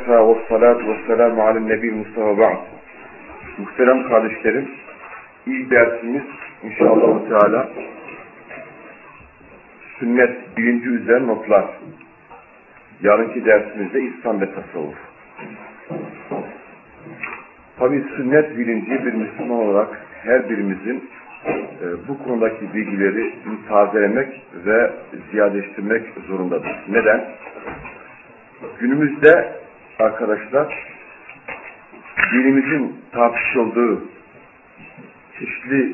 Vekafa ve salatu ve selamu alel nebi Mustafa ba'd. Muhterem kardeşlerim, ilk dersimiz inşallah Teala sünnet bilinci üzerine notlar. Yarınki dersimizde İslam ve tasavvuf. Tabi sünnet bilinci bir Müslüman olarak her birimizin bu konudaki bilgileri tazelemek ve ziyadeleştirmek zorundadır. Neden? Günümüzde arkadaşlar dinimizin tartışıldığı çeşitli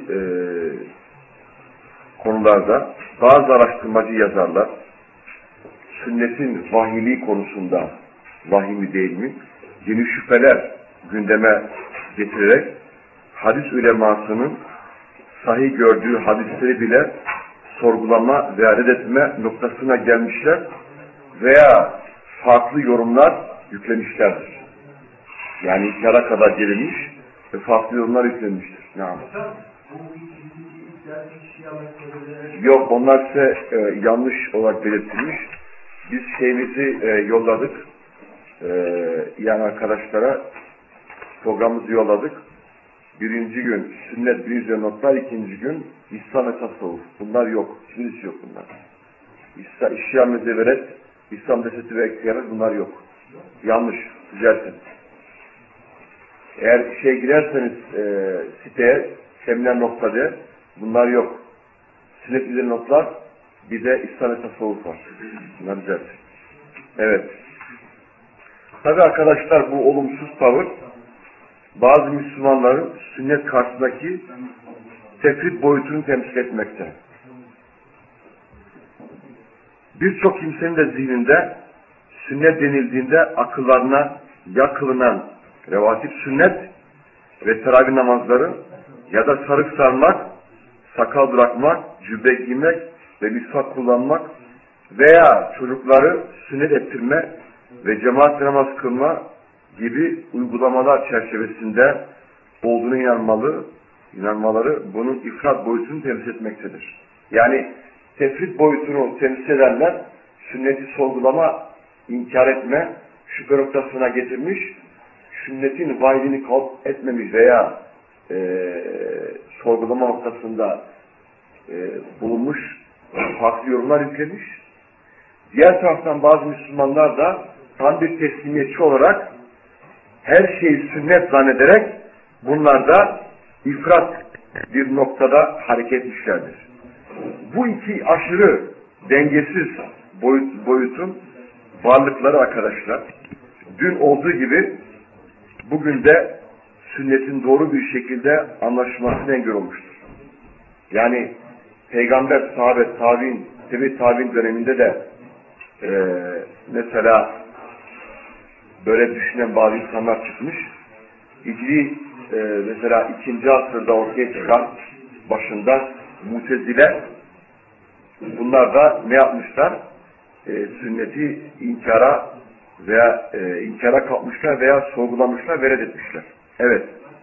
konularda bazı araştırmacı yazarlar sünnetin vahiyliği konusunda vahiy mi değil mi yeni şüpheler gündeme getirerek hadis ulemasının sahih gördüğü hadisleri bile sorgulama ve reddetme noktasına gelmişler veya farklı yorumlar yüklemişlerdir. Yani inkara kadar gelinmiş ve farklı yorumlar yüklenmiştir. Ne Yok, onlar ise yanlış olarak belirtilmiş. Biz şeyimizi yolladık. Yani arkadaşlara programımızı yolladık. Birinci gün sünnet birinci notlar, ikinci gün İslam ve tasavvuf. Bunlar yok. Hiçbirisi yok bunlar. İslam ve devlet, İslam deseti ve ektiyaret bunlar yok. Yanlış. Düzeltin. Eğer girerseniz siteye seminer.de bunlar yok. Sünnet üzeri notlar, bir de İslam ve tasavvuf var. Bunlar düzeltin. Evet. Tabi arkadaşlar bu olumsuz tavır bazı Müslümanların sünnet karşısındaki tefrit boyutunu temsil etmekte. Birçok kimsenin de zihninde sünnet denildiğinde akıllarına ya kılınan revatip sünnet ve teravih namazları ya da sarık sarmak, sakal bırakmak, cübbe giymek ve misvak kullanmak veya çocukları sünnet ettirme ve cemaat namaz kılma gibi uygulamalar çerçevesinde olduğunu inanmaları bunun ifrat boyutunu temsil etmektedir. Yani tefrit boyutunu temsil edenler sünneti sorgulama, inkar etme, şüphe noktasına getirmiş, sünnetin vahyini kabul etmemiş veya sorgulama noktasında bulunmuş, farklı yorumlar yüklemiş. Diğer taraftan bazı Müslümanlar da tam bir teslimiyetçi olarak her şeyi sünnet zannederek bunlar da ifrat bir noktada hareket etmişlerdir. Bu iki aşırı dengesiz boyutun varlıkları arkadaşlar dün olduğu gibi bugün de sünnetin doğru bir şekilde anlaşılmasına engel olmuştur. Yani peygamber, sahabe, tabi'in döneminde de mesela böyle düşünen bazı insanlar çıkmış. Hicri mesela 2. asırda ortaya çıkan başında Mutezile bunlar da ne yapmışlar? Sünneti inkara kalkmışlar veya sorgulamışlar ve reddetmişler. Evet.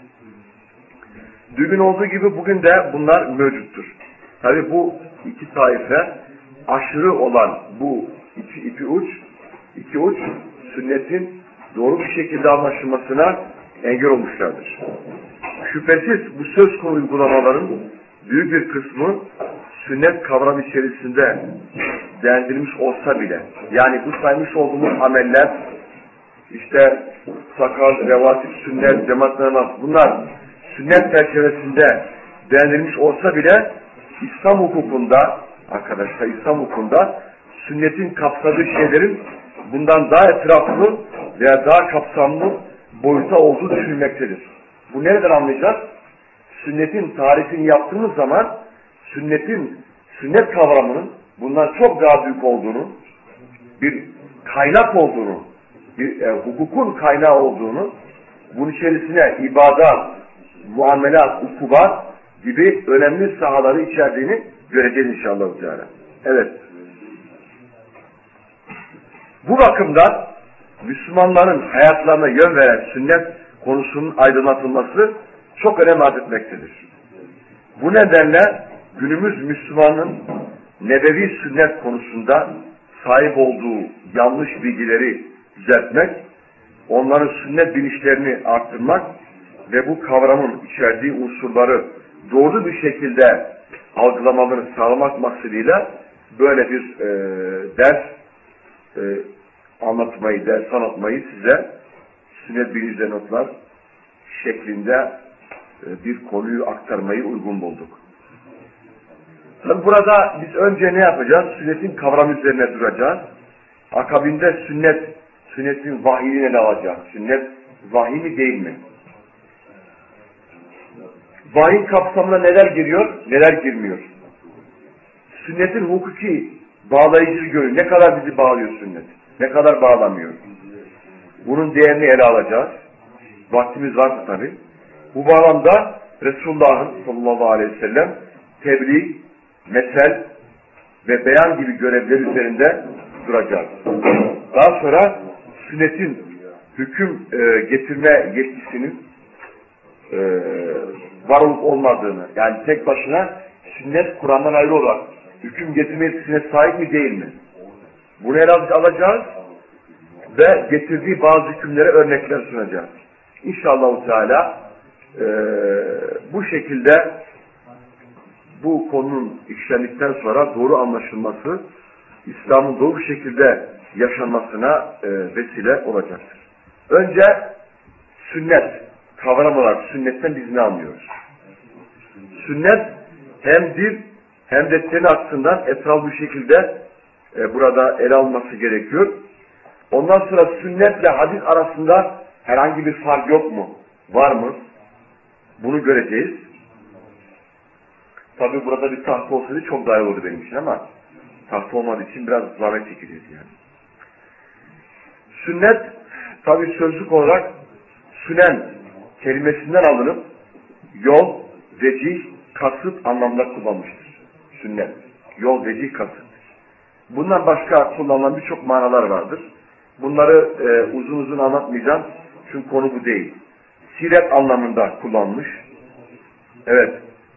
Dün olduğu gibi bugün de bunlar mevcuttur. Tabi bu iki taife aşırı olan bu iki uç sünnetin doğru bir şekilde anlaşılmasına engel olmuşlardır. Şüphesiz bu söz konu uygulamaların büyük bir kısmı sünnet kavramı içerisinde değerlendirilmiş olsa bile, yani bu saymış olduğumuz ameller, işte sakal, revatip, sünnet, cemaat namaz, bunlar sünnet çerçevesinde değerlendirilmiş olsa bile İslam hukukunda, arkadaşlar İslam hukukunda sünnetin kapsadığı şeylerin bundan daha etraflı veya daha kapsamlı boyuta olduğu düşünülmektedir. Bu nereden anlayacağız? Sünnetin tarifini yaptığımız zaman sünnet kavramının bundan çok daha büyük olduğunu, bir kaynak olduğunu, bir hukukun kaynağı olduğunu, bunun içerisine ibadat, muamelat, ukubat gibi önemli sahaları içerdiğini göreceğiz inşallah. Evet. Bu bakımdan Müslümanların hayatlarına yön veren sünnet konusunun aydınlatılması çok önem arz etmektedir. Bu nedenle günümüz Müslümanın nebevi sünnet konusunda sahip olduğu yanlış bilgileri düzeltmek, onların sünnet bilinçlerini arttırmak ve bu kavramın içerdiği unsurları doğru bir şekilde algılamalarını sağlamak maksadıyla böyle bir ders anlatmayı, ders anlatmayı size sünnet bilinçli notlar şeklinde bir konuyu aktarmayı uygun bulduk. Tabi burada biz önce ne yapacağız? Sünnetin kavramı üzerine duracağız. Akabinde sünnetin vahiyini ele alacağız. Sünnet vahiy mi değil mi? Vahiy kapsamına neler giriyor, neler girmiyor? Sünnetin hukuki bağlayıcı yönü, ne kadar bizi bağlıyor sünnet, ne kadar bağlamıyor? Bunun değerini ele alacağız. Vaktimiz varsa tabi. Bu bağlamda Resulullah'ın sallallahu aleyhi ve sellem tebliğ, mesel ve beyan gibi görevler üzerinde duracağız. Daha sonra sünnetin hüküm getirme yetkisinin var olup olmadığını, yani tek başına sünnet Kur'an'dan ayrı olarak hüküm getirme yetkisine sahip mi değil mi? Bunu ele alacağız ve getirdiği bazı hükümlere örnekler sunacağız. İnşallah Teala bu şekilde bu konunun işlendikten sonra doğru anlaşılması, İslam'ın doğru şekilde yaşanmasına vesile olacaktır. Önce sünnet, kavram olarak sünnetten biz ne anlıyoruz? Sünnet hem dil hem de ten açısından etraflı bir şekilde burada ele alınması gerekiyor. Ondan sonra sünnetle hadis arasında herhangi bir fark yok mu? Var mı? Bunu göreceğiz. Tabi burada bir tahta olsaydı çok daha iyi olurdu benim için ama tahta olmadığı için biraz zahmet çekeceğiz yani. Sünnet tabi sözlük olarak sünen kelimesinden alınıp yol, vecih, kasıt anlamda kullanmıştır. Sünnet. Yol, vecih, kasıt. Bundan başka kullanılan birçok manalar vardır. Bunları uzun uzun anlatmayacağım. Çünkü konu bu değil. Siret anlamında kullanmış. Evet.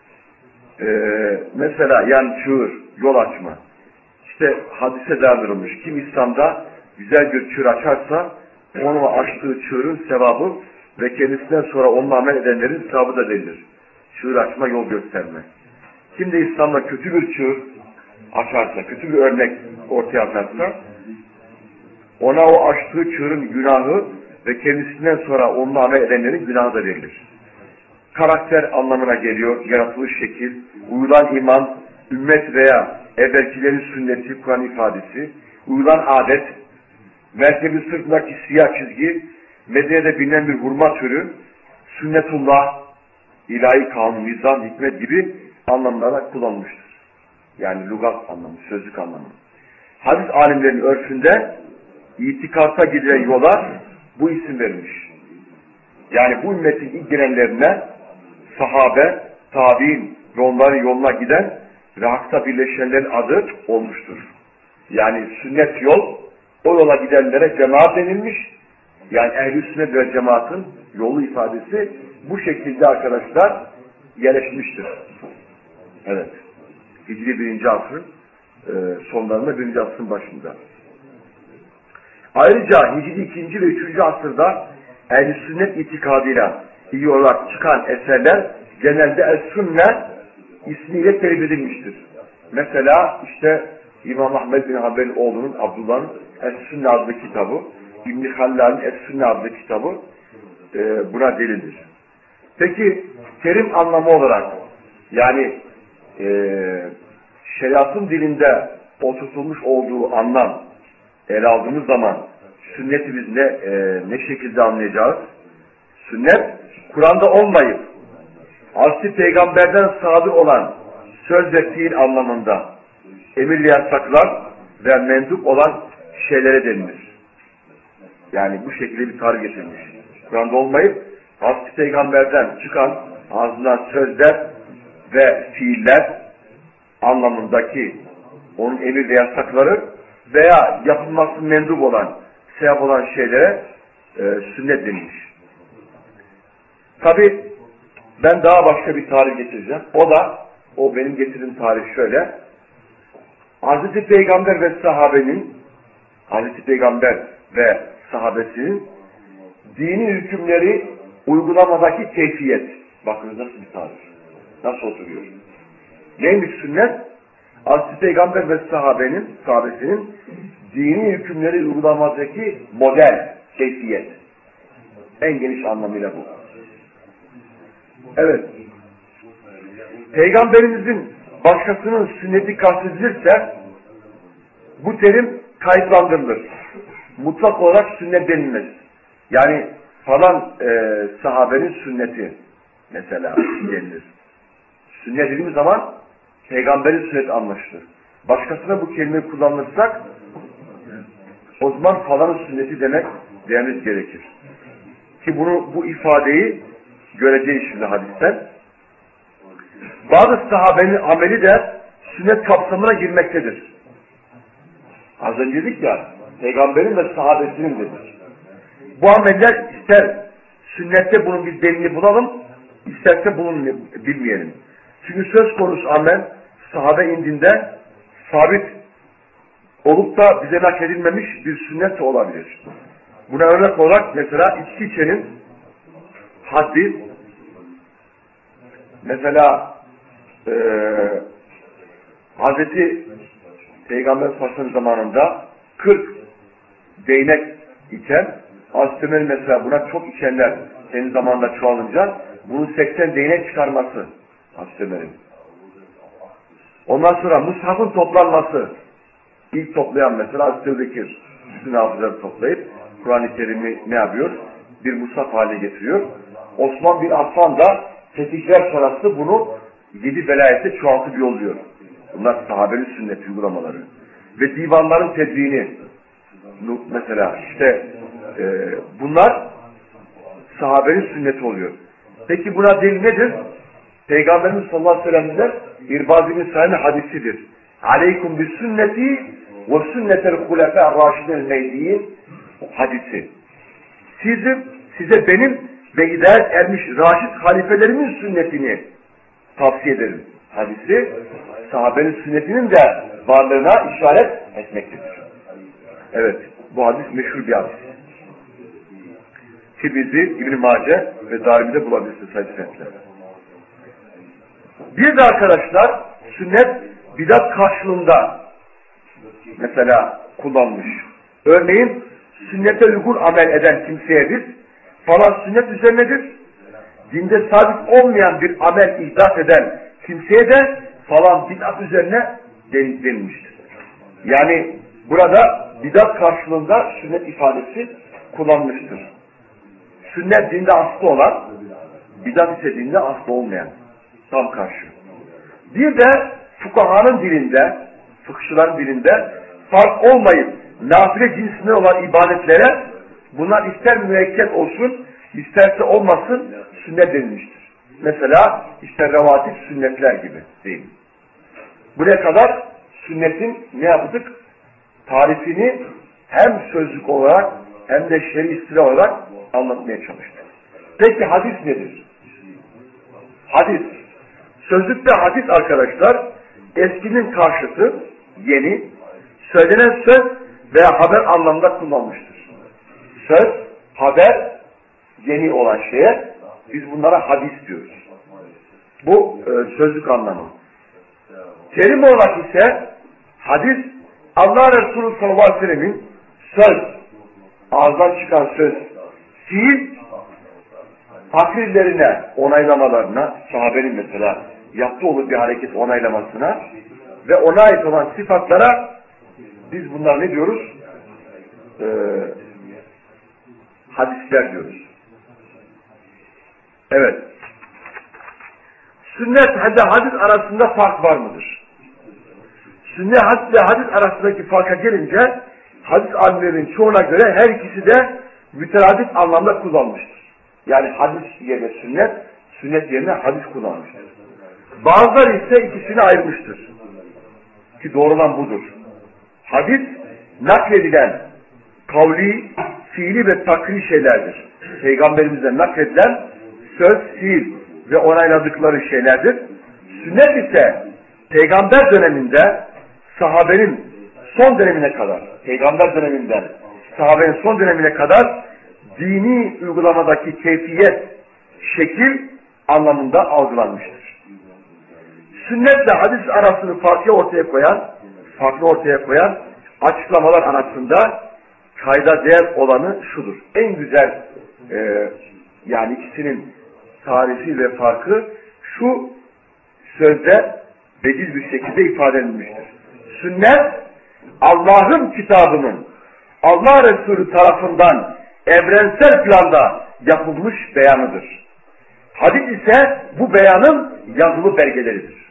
Mesela yani çığır, yol açma. İşte hadise dağılmış. Kim İslam'da güzel bir çığır açarsa onu açtığı çığırın sevabı ve kendisinden sonra onunla amel edenlerin sevabı da verilir. Çığır açma, yol gösterme. Kim de İslam'da kötü bir çığır açarsa, kötü bir örnek ortaya atarsa ona o açtığı çığırın günahı ve kendisinden sonra onunla amel edenlerin günahı da verilir. Karakter anlamına geliyor, yaratılış şekil, uyulan iman, ümmet veya evvelkilerin sünneti, Kur'an ifadesi, uyulan adet, merkebi sırtındaki siyah çizgi, Medine'de bilinen bir hurma türü, sünnetullah, ilahi kanun, nizam, hikmet gibi anlamlara kullanılmıştır. Yani lügat anlamı, sözlük anlamı. Hadis alimlerinin örfünde itikata gidilen yola bu isim verilmiş. Yani bu ümmetin ilk girenlerine sahabe, tabi'in ve onların yoluna giden ve hakta birleşenlerin adı olmuştur. Yani sünnet yol, o yola gidenlere cemaat denilmiş. Yani ehl-i sünnet ve cemaatın yolu ifadesi bu şekilde arkadaşlar yerleşmiştir. Evet. Hicri 1. asrın sonlarında 1. asrın başında. Ayrıca Hicri 2. ve 3. asırda ehl-i sünnet itikadıyla iyi olarak çıkan eserler genelde Es-Sünne ismiyle telif edilmiştir. Mesela işte İmam Ahmed bin Hanbel'in oğlunun Abdullah'ın Es-Sünne adlı kitabı, İbn-i Hallal'in Es-Sünne adlı kitabı buna delildir. Peki terim anlamı olarak yani şeriatın dilinde oturtulmuş olduğu anlam ele aldığımız zaman sünneti biz ne şekilde anlayacağız? Sünnet Kur'an'da olmayıp Hazreti Peygamber'den sadır olan söz ve fiil anlamında emirli yasaklar ve mendup olan şeylere denilir. Yani bu şekilde bir tarif getirmiş. Kur'an'da olmayıp Hazreti Peygamber'den çıkan ağzından sözler ve fiiller anlamındaki onun emir ve yasakları veya yapılması mendup olan, sevap olan şeylere sünnet denilmiş. Tabi ben daha başka bir tarih getireceğim. O benim getirdiğim tarih şöyle. Hazreti Peygamber ve sahabesinin dini hükümleri uygulamadaki keyfiyet. Bakınız nasıl bir tarif. Nasıl oturuyor. Neymiş sünnet? Hazreti Peygamber ve sahabesinin dini hükümleri uygulamadaki model, keyfiyet. En geniş anlamıyla bu. Evet. Peygamberimizin başkasının sünneti kastedilirse bu terim kayıtlandırılır. Mutlak olarak sünnet denilmez. Yani falan sahabenin sünneti mesela denilir. Sünnet dediğimiz zaman peygamberin sünneti anlaşılır. Başkasına bu kelimeyi kullanırsak o zaman falanın sünneti dememiz gerekir. Ki bu ifadeyi göreceğiz şimdi hadisten. Bazı sahabenin ameli de sünnet kapsamına girmektedir. Az önce dedik ya, peygamberin ve sahabesinin dedik. Bu ameller ister sünnette bunun bir delili bulalım, isterse bunun bilmeyelim. Çünkü söz konusu amel sahabe indinde sabit olup da bize nakledilmemiş bir sünnet de olabilir. Buna örnek olarak mesela içki içenin haddi, mesela Hazreti Peygamber Efendimiz zamanında 40 değnek içen, Hazreti Ömer'in mesela buna çok içenler senin zamanında çoğalınca bunun 80 değnek çıkarması Hazreti Ömer'in. Ondan sonra mushafın toplanması, ilk toplayan mesela Hazreti Bekir, bütün hafızları toplayıp Kur'an-ı Kerim'i ne yapıyor? Bir mushaf haline getiriyor. Osman bin Affan da fetihler sonrası bunu 7 velayette çoğaltıp yolluyor. Bunlar sahabenin sünnet uygulamaları. Ve divanların tedvini mesela işte bunlar sahabenin sünneti oluyor. Peki buna delil nedir? Peygamberimiz sallallahu aleyhi ve sellem'den İrbad bin Sa'id'in hadisidir. Aleykum bis sünneti ve sünnetel hulefâ râşidel mehdiyin hadisi. Size benim ve hidayet ermiş raşid halifelerimin sünnetini tavsiye ederim. Hadisi sahabenin sünnetinin de varlığına işaret etmektedir. Evet, bu hadis meşhur bir hadis. Tirmizi, İbn-i Mace ve Darimi'de bulabilirsiniz hadisler. Bir de arkadaşlar sünnet bidat karşılığında mesela kullanmış. Örneğin sünnete uygun amel eden kimseye biz falan sünnet üzerinedir. Dinde sabit olmayan bir amel ihdas eden kimseye de falan bidat üzerine denilmiştir. Yani burada bidat karşılığında sünnet ifadesi kullanmıştır. Sünnet dinde aslı olan, bidat ise dinde aslı olmayan. Tam karşı. Bir de fukahanın dilinde, fıkıhçıların dilinde fark olmayıp nafile cinsinden olan ibadetlere bunlar ister müekket olsun, isterse olmasın sünnet denilmiştir. Mesela işte revatip sünnetler gibi değil. Buraya kadar sünnetin ne yaptık? Tarifini hem sözlük olarak hem de şer'i istilah olarak anlatmaya çalıştık. Peki hadis nedir? Hadis. Sözlükte hadis arkadaşlar eskinin karşıtı yeni, söylenen söz veya haber anlamında kullanmıştır. Söz, haber yeni olan şeye biz bunlara hadis diyoruz. Bu sözlük anlamı. Terim olarak ise hadis Allah Resulü sallallahu aleyhi ve sellem'in söz, ağızdan çıkan söz, fiil takrirlerine, onaylamalarına, sahabenin mesela yaptığı olur bir hareket onaylamasına ve ona ait olan sıfatlara biz bunlar ne diyoruz? Hadisler diyoruz. Evet. Sünnet ve hadis arasında fark var mıdır? Sünnet ve hadis arasındaki farka gelince hadis alimlerinin çoğuna göre her ikisi de müteradif anlamda kullanmıştır. Yani hadis yerine sünnet, sünnet yerine hadis kullanmıştır. Bazıları ise ikisini ayırmıştır. Ki doğrudan budur. Hadis nakledilen kavli, fiili ve takri şeylerdir. Peygamberimizden nakledilen söz, fiil ve onayladıkları şeylerdir. Sünnet ise peygamber döneminde sahabenin son dönemine kadar, peygamber döneminden sahabenin son dönemine kadar dini uygulamadaki keyfiyet, şekil anlamında algılanmıştır. Sünnetle hadis arasını farklı ortaya koyan açıklamalar arasında kayda değer olanı şudur. En güzel yani ikisinin tarifi ve farkı şu sözde veciz bir şekilde ifade edilmiştir. Sünnet, Allah'ın kitabının Allah Resulü tarafından evrensel planda yapılmış beyanıdır. Hadis ise bu beyanın yazılı belgeleridir.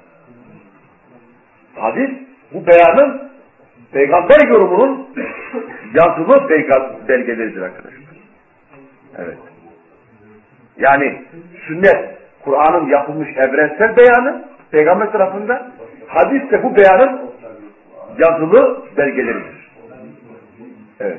Hadis, bu beyanın peygamber yorumunun yazılı belgeleridir arkadaşlar. Evet. Yani sünnet, Kur'an'ın yapılmış evrensel beyanı peygamber tarafından, hadis de bu beyanın yazılı belgeleridir. Evet.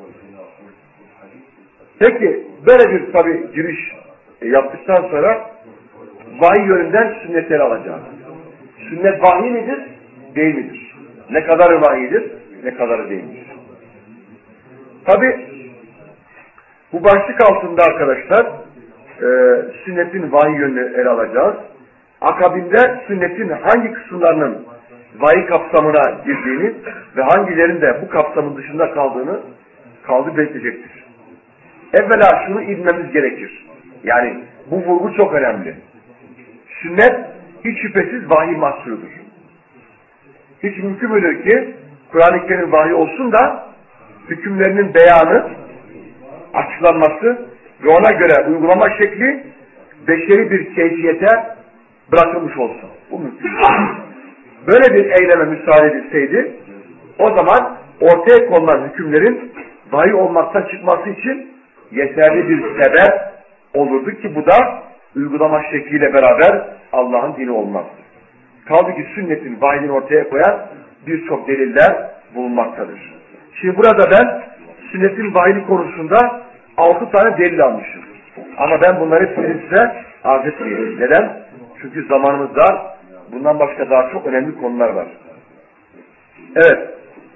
Peki böyle bir tabi giriş yaptıktan sonra vahiy yönünden sünnetleri alacağız. Sünnet vahiy midir? Değil midir? Ne kadarı vahiydir? Ne kadarı değildir? Tabi bu başlık altında arkadaşlar sünnetin vahiy yönünü ele alacağız. Akabinde sünnetin hangi kısımlarının vahiy kapsamına girdiğini ve hangilerinin de bu kapsamın dışında kaldığı belirtecektir. Evvela şunu bilmemiz gerekir. Yani bu vurgu çok önemli. Sünnet hiç şüphesiz vahiy mahsuludur. Hiç mümkün müdür ki Kur'an-ı Kerim vahiy olsun da hükümlerinin beyanı, açıklanması ve ona göre uygulama şekli beşeri bir keyfiyete bırakılmış olsun. Bu mümkün. Böyle bir eyleme müsaade edilseydi o zaman ortaya konulan hükümlerin vahiy olmaktan çıkması için yeterli bir sebep olurdu ki bu da uygulama şekliyle beraber Allah'ın dini olmaz. Kaldı ki sünnetin vahiyini ortaya koyan birçok deliller bulunmaktadır. Şimdi burada ben sünnetin vahiyini konusunda 6 tane delil almışım. Ama ben bunları hepsini size arz etmeyeyim. Neden? Çünkü zamanımız dar. Bundan başka daha çok önemli konular var. Evet.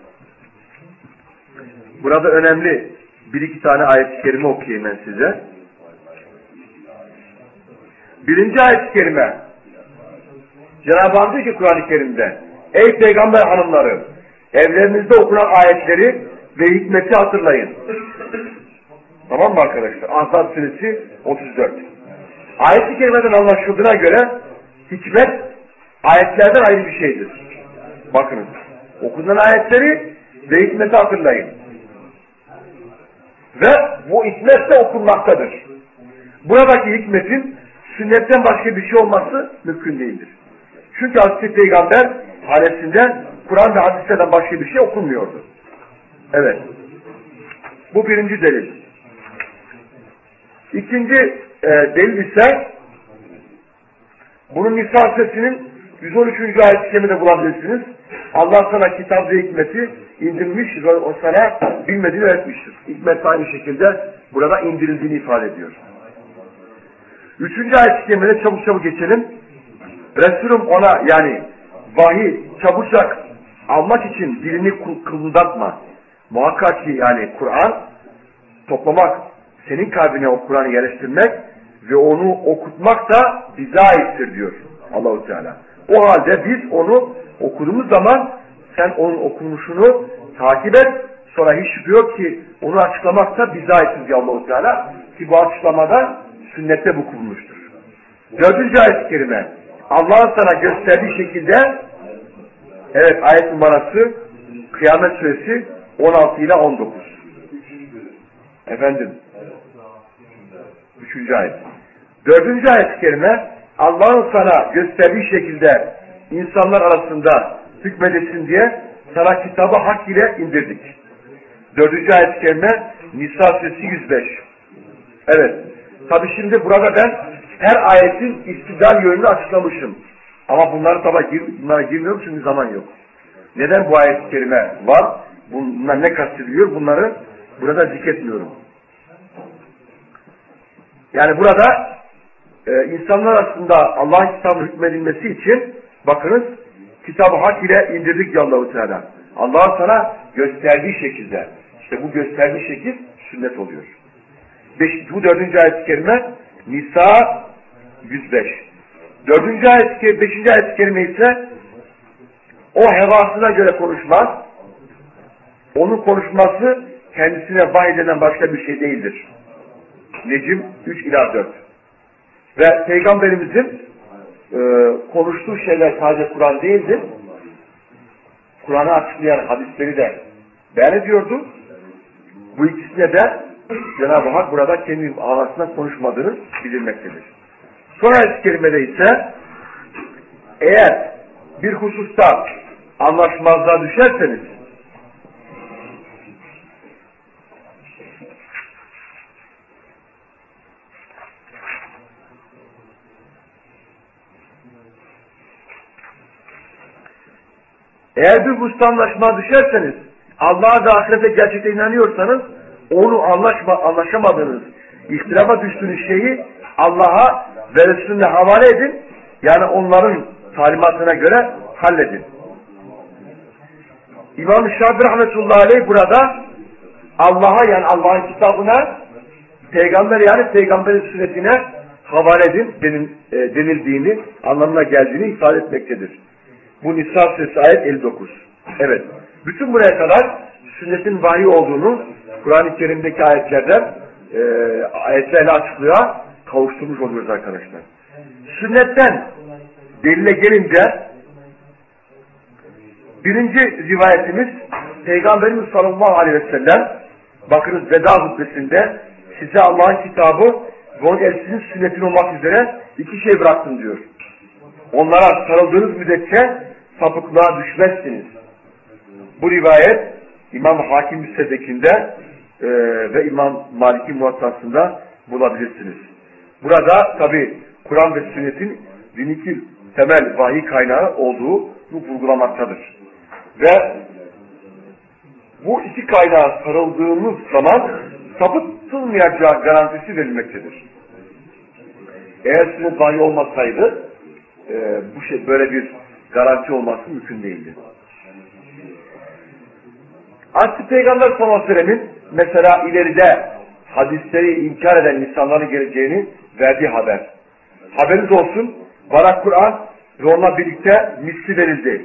Burada önemli bir iki tane ayet-i kerime okuyayım ben size. Birinci ayet-i kerime Cenab-ı Hak diyor ki Kur'an-ı Kerim'de ey peygamber hanımları evlerinizde okunan ayetleri ve hikmeti hatırlayın. Tamam mı arkadaşlar? Ahzab suresi 34. Ayet-i kerimeden anlaşıldığına göre hikmet ayetlerden ayrı bir şeydir. Bakınız. Okunan ayetleri ve hikmeti hatırlayın. Ve bu hikmet de okunmaktadır. Buradaki hikmetin sünnetten başka bir şey olması mümkün değildir. Çünkü Hazreti Peygamber hanesinde Kur'an ve hadislerden başka bir şey okunmuyordu. Evet. Bu birinci delil. İkinci delil ise bunun Nisa suresinin 113. ayet-i kerimede bulabilirsiniz. Allah sana kitap ve hikmeti indirmiş ve o sana bilmediğini öğretmiştir. Hikmet aynı şekilde burada indirildiğini ifade ediyor. Üçüncü ayet-i kerimede çabuk geçelim. Resulüm ona yani vahiy çabucak almak için dilini kılındatma. Muhakkak ki yani Kur'an toplamak, senin kalbine o Kur'an'ı yerleştirmek ve onu okutmak da bize aittir diyor Allah-u Teala. O halde biz onu okuduğumuz zaman sen onun okunuşunu takip et. Sonra hiç şüphe yok ki onu açıklamak da bize aittir diyor Allah-u Teala. Ki bu açıklamada sünnette bu kurulmuştur. Dördüncü ayet-i kerime. Allah'ın sana gösterdiği şekilde evet ayet numarası Kıyamet suresi 16 ile 19. Efendim. 3. ayet. 4. ayet-i kerime Allah'ın sana gösterdiği şekilde insanlar arasında hükmedesin diye sana kitabı hak ile indirdik. 4. ayet-i kerime Nisa suresi 105. Evet. Tabi şimdi burada ben her ayetin istidlal yönünü açıklamışım. Ama bunlara girmiyorum çünkü zaman yok. Neden bu ayet-i kerime var? Bunlar ne kastediliyor? Bunları burada zikretmiyorum. Yani burada insanlar arasında Allah'ın kitabı hükmedilmesi için bakınız kitabı hak ile indirdik ya Allah-u Teala. Allah'ın sana gösterdiği şekilde. İşte bu gösterdiği şekil sünnet oluyor. Bu 4. ayet-i kerime Nisa 105. 4. ayet-i 5. ayet-i kerime ise o hevasına göre konuşmaz. Onun konuşması kendisine vahyedilen başka bir şey değildir. Necm 3 ila 4. Ve Peygamberimizin konuştuğu şeyler sadece Kur'an değildir. Kur'an'ı açıklayan hadisleri de beyan ediyordu. Bu ikisine de Cenab-ı Hak burada kendi ağzından konuşmadığını bildirmektedir. Son ayet-i kerimede ise eğer bir hususta anlaşmazlığa düşerseniz Allah'a ve ahirete gerçekten inanıyorsanız onu anlaşamadığınız, ihtilafa düştüğünüz şeyi Allah'a ve Resulüne havale edin. Yani onların talimatına göre halledin. İmam-ı Şafii rahmetullahi aleyh burada Allah'a yani Allah'ın kitabına, peygamber yani peygamberin sünnetine havale edin denildiğini, anlamına geldiğini ifade etmektedir. Bu Nisa suresi ayet 59. Evet. Bütün buraya kadar sünnetin vahiy olduğunu Kur'an-ı Kerim'deki ayetlerle açıklığa kavuşturmuş oluyoruz arkadaşlar. Sünnetten delile gelince birinci rivayetimiz Peygamberimiz sallallahu aleyhi ve sellem bakınız veda hutbesinde size Allah'ın kitabı ve onun elçisinin sünnetini olmak üzere 2 şey bıraktım diyor. Onlara sarıldığınız müddetçe sapıklığa düşmezsiniz. Bu rivayet İmam Hakim Müstedrek'inde ve İmam Malik'in Muvattası'nda bulabilirsiniz. Burada tabi Kur'an ve sünnetin diniki temel vahiy kaynağı olduğu vurgulamaktadır. Ve bu 2 kaynağa sarıldığımız zaman sapıtılmayacağı garantisi verilmektedir. Eğer sünnet vahiy olmasaydı böyle bir garanti olması mümkün değildi. Asli Peygamber sallallahu aleyhi ve sellem'in mesela ileride hadisleri inkar eden insanların geleceğini verdiği haber. Haberiniz olsun, bana Kur'an ve onunla birlikte misli verildi.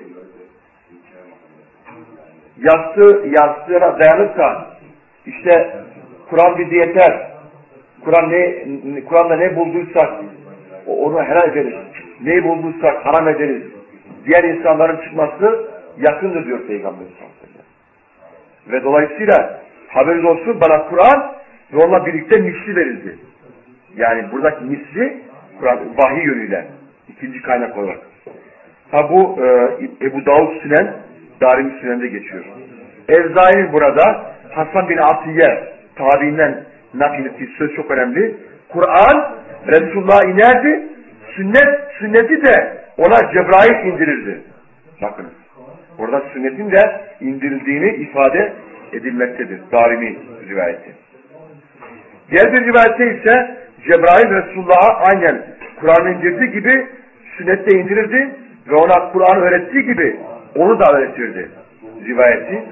Yastığına dayanırsa işte Kur'an bizi yeter. Kur'an'da ne bulduysak onu helal ederiz. Neyi bulduysak haram ederiz. Diğer insanların çıkması yakındır diyor Peygamber sallallahu aleyhi ve sellem. Ve dolayısıyla haberiniz olsun bana Kur'an ve onunla birlikte misli verildi. Yani buradaki misli Kur'an vahiy yönüyle ikinci kaynak olarak. Bu Ebu Davud Sünen, Darimi Sünen'de geçiyor. Evzai'nin burada Hasan bin Atiye tabiinden nakil ettiği söz çok önemli. Kur'an Resulullah'a inerdi, sünneti de ona Cebrail indirirdi. Bakınız. Orada sünnetin de indirildiğini ifade edilmektedir. Darimi rivayeti. Diğer bir rivayette ise Cebrail Resulullah'a aynen Kur'an'ı indirdiği gibi sünnet de indirirdi ve ona Kur'an'ı öğrettiği gibi onu da öğretirdi. Rivayeti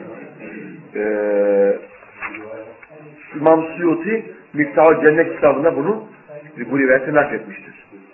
İmam Suyuti Miftah-ı Cennet kitabında bu rivayeti nakletmiştir.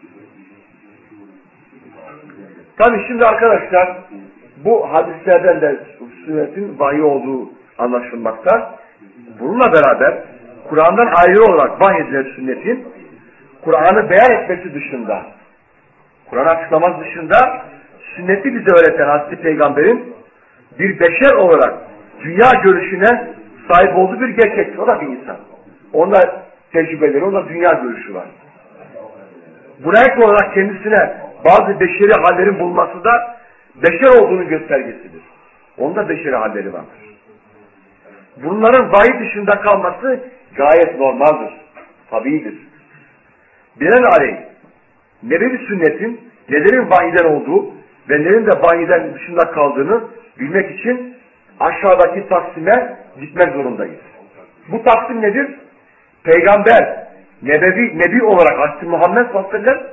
Tabi şimdi arkadaşlar bu hadislerden de sünnetin vahiy olduğu anlaşılmakta. Bununla beraber Kur'an'dan ayrı olarak vahyedilen sünnetin Kur'an'ı beyan etmesi dışında, Kur'an'ı açıklaması dışında sünneti bize öğreten Hazreti Peygamber'in bir beşer olarak dünya görüşüne sahip olduğu bir gerçektir. O da bir insan. Onda tecrübeleri, onda dünya görüşü var. Buna ek olarak kendisine bazı beşeri hallerin bulması da beşer olduğunun göstergesidir. Onda beşeri halleri vardır. Bunların vahiy dışında kalması gayet normaldir. Tabiidir. Binaenaleyh nebevi sünnetin nelerin vahiyden olduğu ve nelerin de vahiyden dışında kaldığını bilmek için aşağıdaki taksime gitmek zorundayız. Bu taksim nedir? Peygamber, nebi olarak Hazreti Muhammed sallallahu aleyhi ve sellem,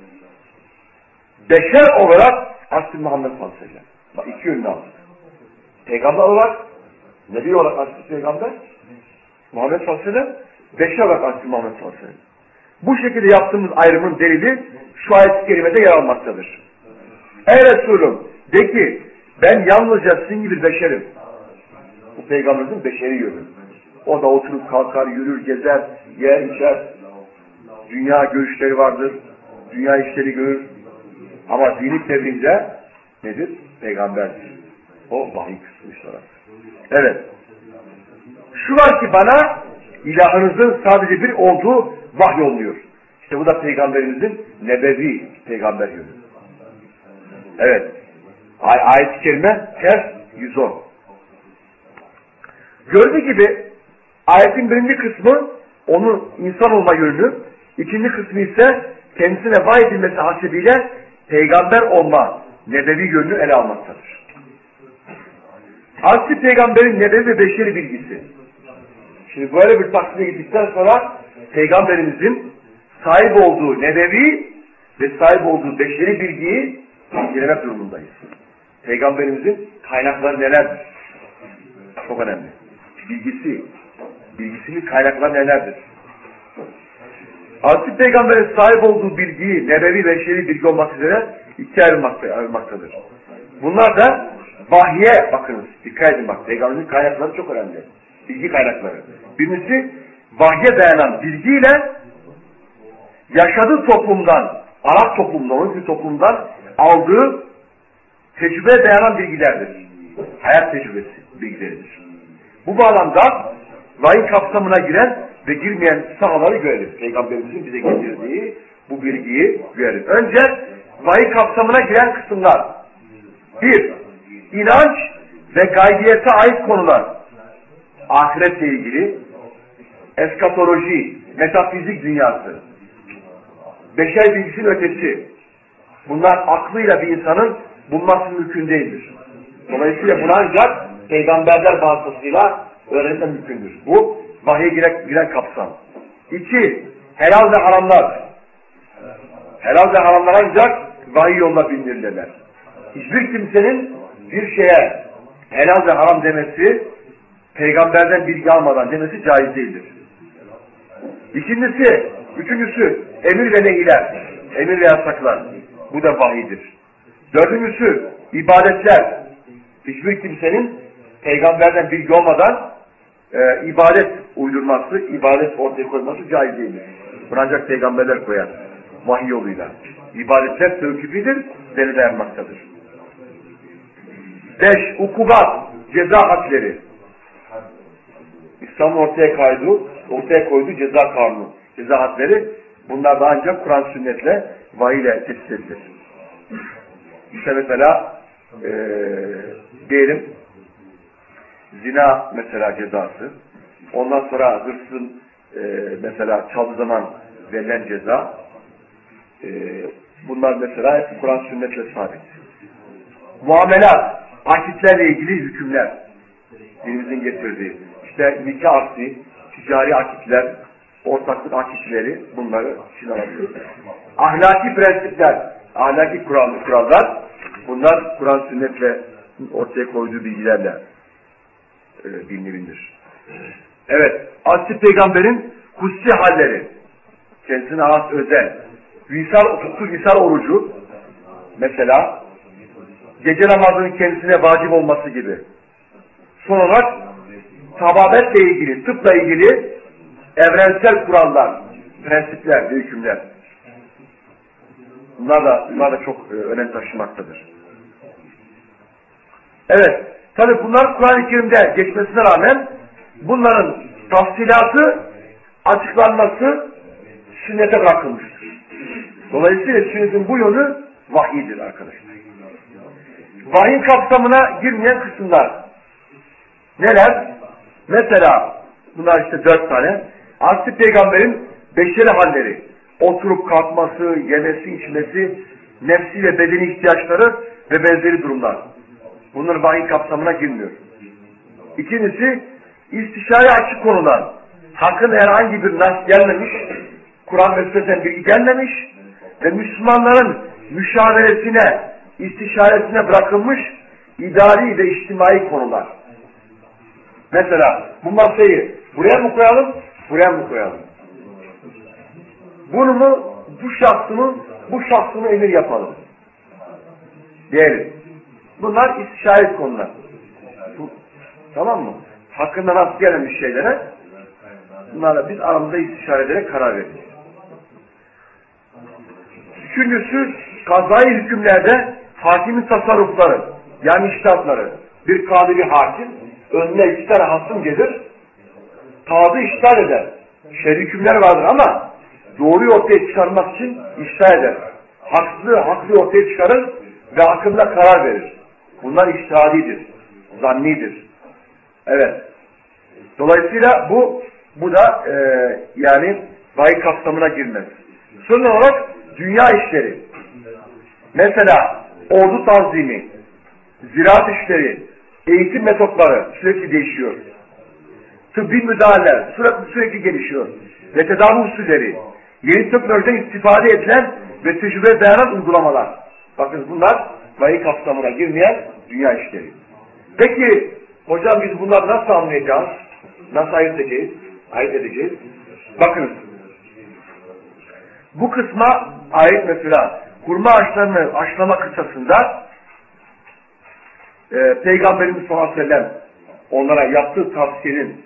beşer olarak Hazreti Muhammed sallallahu aleyhi ve sellem. Bak 2 yönünü aldık. Peygamber olarak, nebi olarak Hazreti Peygamber, Muhammed sallallahu aleyhi ve sellem, beşer olarak Hazreti Muhammed sallallahu aleyhi ve sellem. Bu şekilde yaptığımız ayrımın delili şu ayet-i kerimede yer almaktadır. Ey Resulüm, de ki ben yalnızca sizin gibi beşerim. Bu peygamberimizin beşeri yönü. O da oturup kalkar, yürür, gezer, yer, içer. Dünya görüşleri vardır. Dünya işleri görür. Ama dini tebliğinde nedir? Peygamberdir. O vahiy kısmı işte. Evet. Şu var ki bana ilahınızın sadece bir olduğu vahyolunuyor. İşte bu da peygamberimizin nebevi peygamber yönü. Evet. Ayet-i kerime ters 110. Gördüğü gibi ayetin birinci kısmı onun insan olma yönünü, ikinci kısmı ise kendisine vahiy edilmesi hasebiyle peygamber olma nebevi yönünü ele almaktadır. Hazreti Peygamber'in nebevi ve beşeri bilgisi. Şimdi böyle bir taksime gittikten sonra Peygamberimizin sahip olduğu nebevi ve sahip olduğu beşeri bilgiyi incelemek durumundayız. Peygamberimizin kaynakları nelerdir? Çok önemli. Bilgisinin kaynakları nelerdir? Hazreti Peygamber'in sahip olduğu bilgiyi nebevi ve beşeri bilgi olmak üzere ikiye ayrılmaktadır. Bunlar da vahye bakınız. Dikkat edin bak. Peygamberin kaynakları çok önemli. Bilgi kaynakları. Birincisi vahye dayanan bilgiyle yaşadığı toplumdan, Arap toplumdan, onun toplumdan aldığı tecrübeye dayanan bilgilerdir. Hayat tecrübesi bilgileridir. Bu bağlamda vahiy kapsamına giren ve girmeyen sahaları görelim. Peygamberimizin bize getirdiği bu bilgiyi görelim. Önce vahiy kapsamına giren kısımlar. 1. İnanç ve gaybiyete ait konular. Ahiretle ilgili, eskatoloji, metafizik dünyası, beşer bilgisinin ötesi. Bunlar aklıyla bir insanın bulması mümkün değildir. Dolayısıyla bunu ancak peygamberler vasıtasıyla öğrenilmesi mümkündür. Bu vahiye giren kapsam. 2. Helal ve haramlar. Helal ve haramlar ancak vahiy yoluna bildirilirler. Hiçbir kimsenin bir şeye helal ve haram demesi, peygamberden bilgi almadan demesi caiz değildir. Üçüncüsü emir ve nehiler, emir ve yasaklar. Bu da vahiydir. Dördüncüsü ibadetler. Hiçbir kimsenin peygamberden bilgi olmadan ibadet uydurması, ibadet ortaya koyması caiz değildir. Bunu ancak peygamberler koyar. Vahiy yoluyla. İbadetler tevkifidir, deli dayanmaktadır. 5. Ukubat, ceza hadleri. İslam'ın ortaya koyduğu ceza kanunu, ceza hadleri. Bunlar da ancak Kur'an sünnetle, vahiy ile tespit edilir. İşte mesela diyelim zina mesela cezası. Ondan sonra hırsızın mesela çaldığı zaman verilen ceza. Bunlar mesela Kur'an sünnetle sabit. Muamelat, akitlerle ilgili hükümler. Dinimizin getirdiği. İşte nikah akdi, ticari akitler, ortaklık akitleri bunları için alabiliyoruz. Ahlaki prensipler, ahlaki kurallar bunlar Kur'an sünnetle ortaya koyduğu bilgilerle bilinebilir. Evet, Hazreti Peygamber'in kutsi halleri, kendisine has özel, visal orucu, mesela gece namazının kendisine vacip olması gibi. Son olarak tababetle ilgili, tıpla ilgili evrensel kurallar, prensipler ve hükümler. Bunlar da çok önem taşımaktadır. Evet, tabi bunlar Kur'an-ı Kerim'de geçmesine rağmen bunların tafsilatı, açıklanması sünnete bırakılmıştır. Dolayısıyla sünnetin bu yönü vahiydir arkadaşlar. Vahiy kapsamına girmeyen kısımlar neler? Mesela bunlar işte 4 tane. Hazreti Peygamber'in beşeri halleri, oturup kalkması, yemesi, içmesi, nefsi ve bedeni ihtiyaçları ve benzeri durumlar. Bunlar vahiy kapsamına girmiyor. İkincisi, istişare açık konular. Hakkında herhangi bir nas gelmemiş, Kur'an ve sünnetten bilgi gelmemiş ve Müslümanların müşaveresine, istişaresine bırakılmış idari ve içtimai konular. Mesela bu masayı buraya mı koyalım, Buraya mı koyalım? Bunu mu bu şahsını emir yapalım? Diyelim. Bunlar istişare konular. Tamam mı? Hakkında nasıl gelmiş şeylere bunlarla biz aramızda istişare ederek karar veririz. Üçüncüsü kazayı hükümlerde hakimin tasarrufları yani içtihatları. Bir kadı bir hakim önüne iki tane hasım gelir. Kadı içtihat eder. Şer'i hükümler vardır ama doğruyu ortaya çıkarmak için içtihat eder. Haksızlığı ortaya çıkarır ve hakkında karar verir. Bunlar içtihadidir. Zannidir. Evet. Dolayısıyla bu da yani vahiy kapsamına girmez. Son olarak dünya işleri. Mesela ordu tanzimi, ziraat işleri, eğitim metotları sürekli değişiyor. Tıbbi müdahaleler sürekli gelişiyor. Ve tedavi usulleri, yeni teknolojiden istifade edilen ve tecrübe dayanan uygulamalar. Bakın bunlar vahiy kapsamına girmeyen dünya işleri. Peki hocam biz bunları nasıl anlayacağız? Nasıl ayırt edeceğiz? Bakınız. Bu kısma ait mesela hurma ağaçlarını aşılama kıssasında Peygamberimiz sallallahu aleyhi ve sellem onlara yaptığı tavsiyenin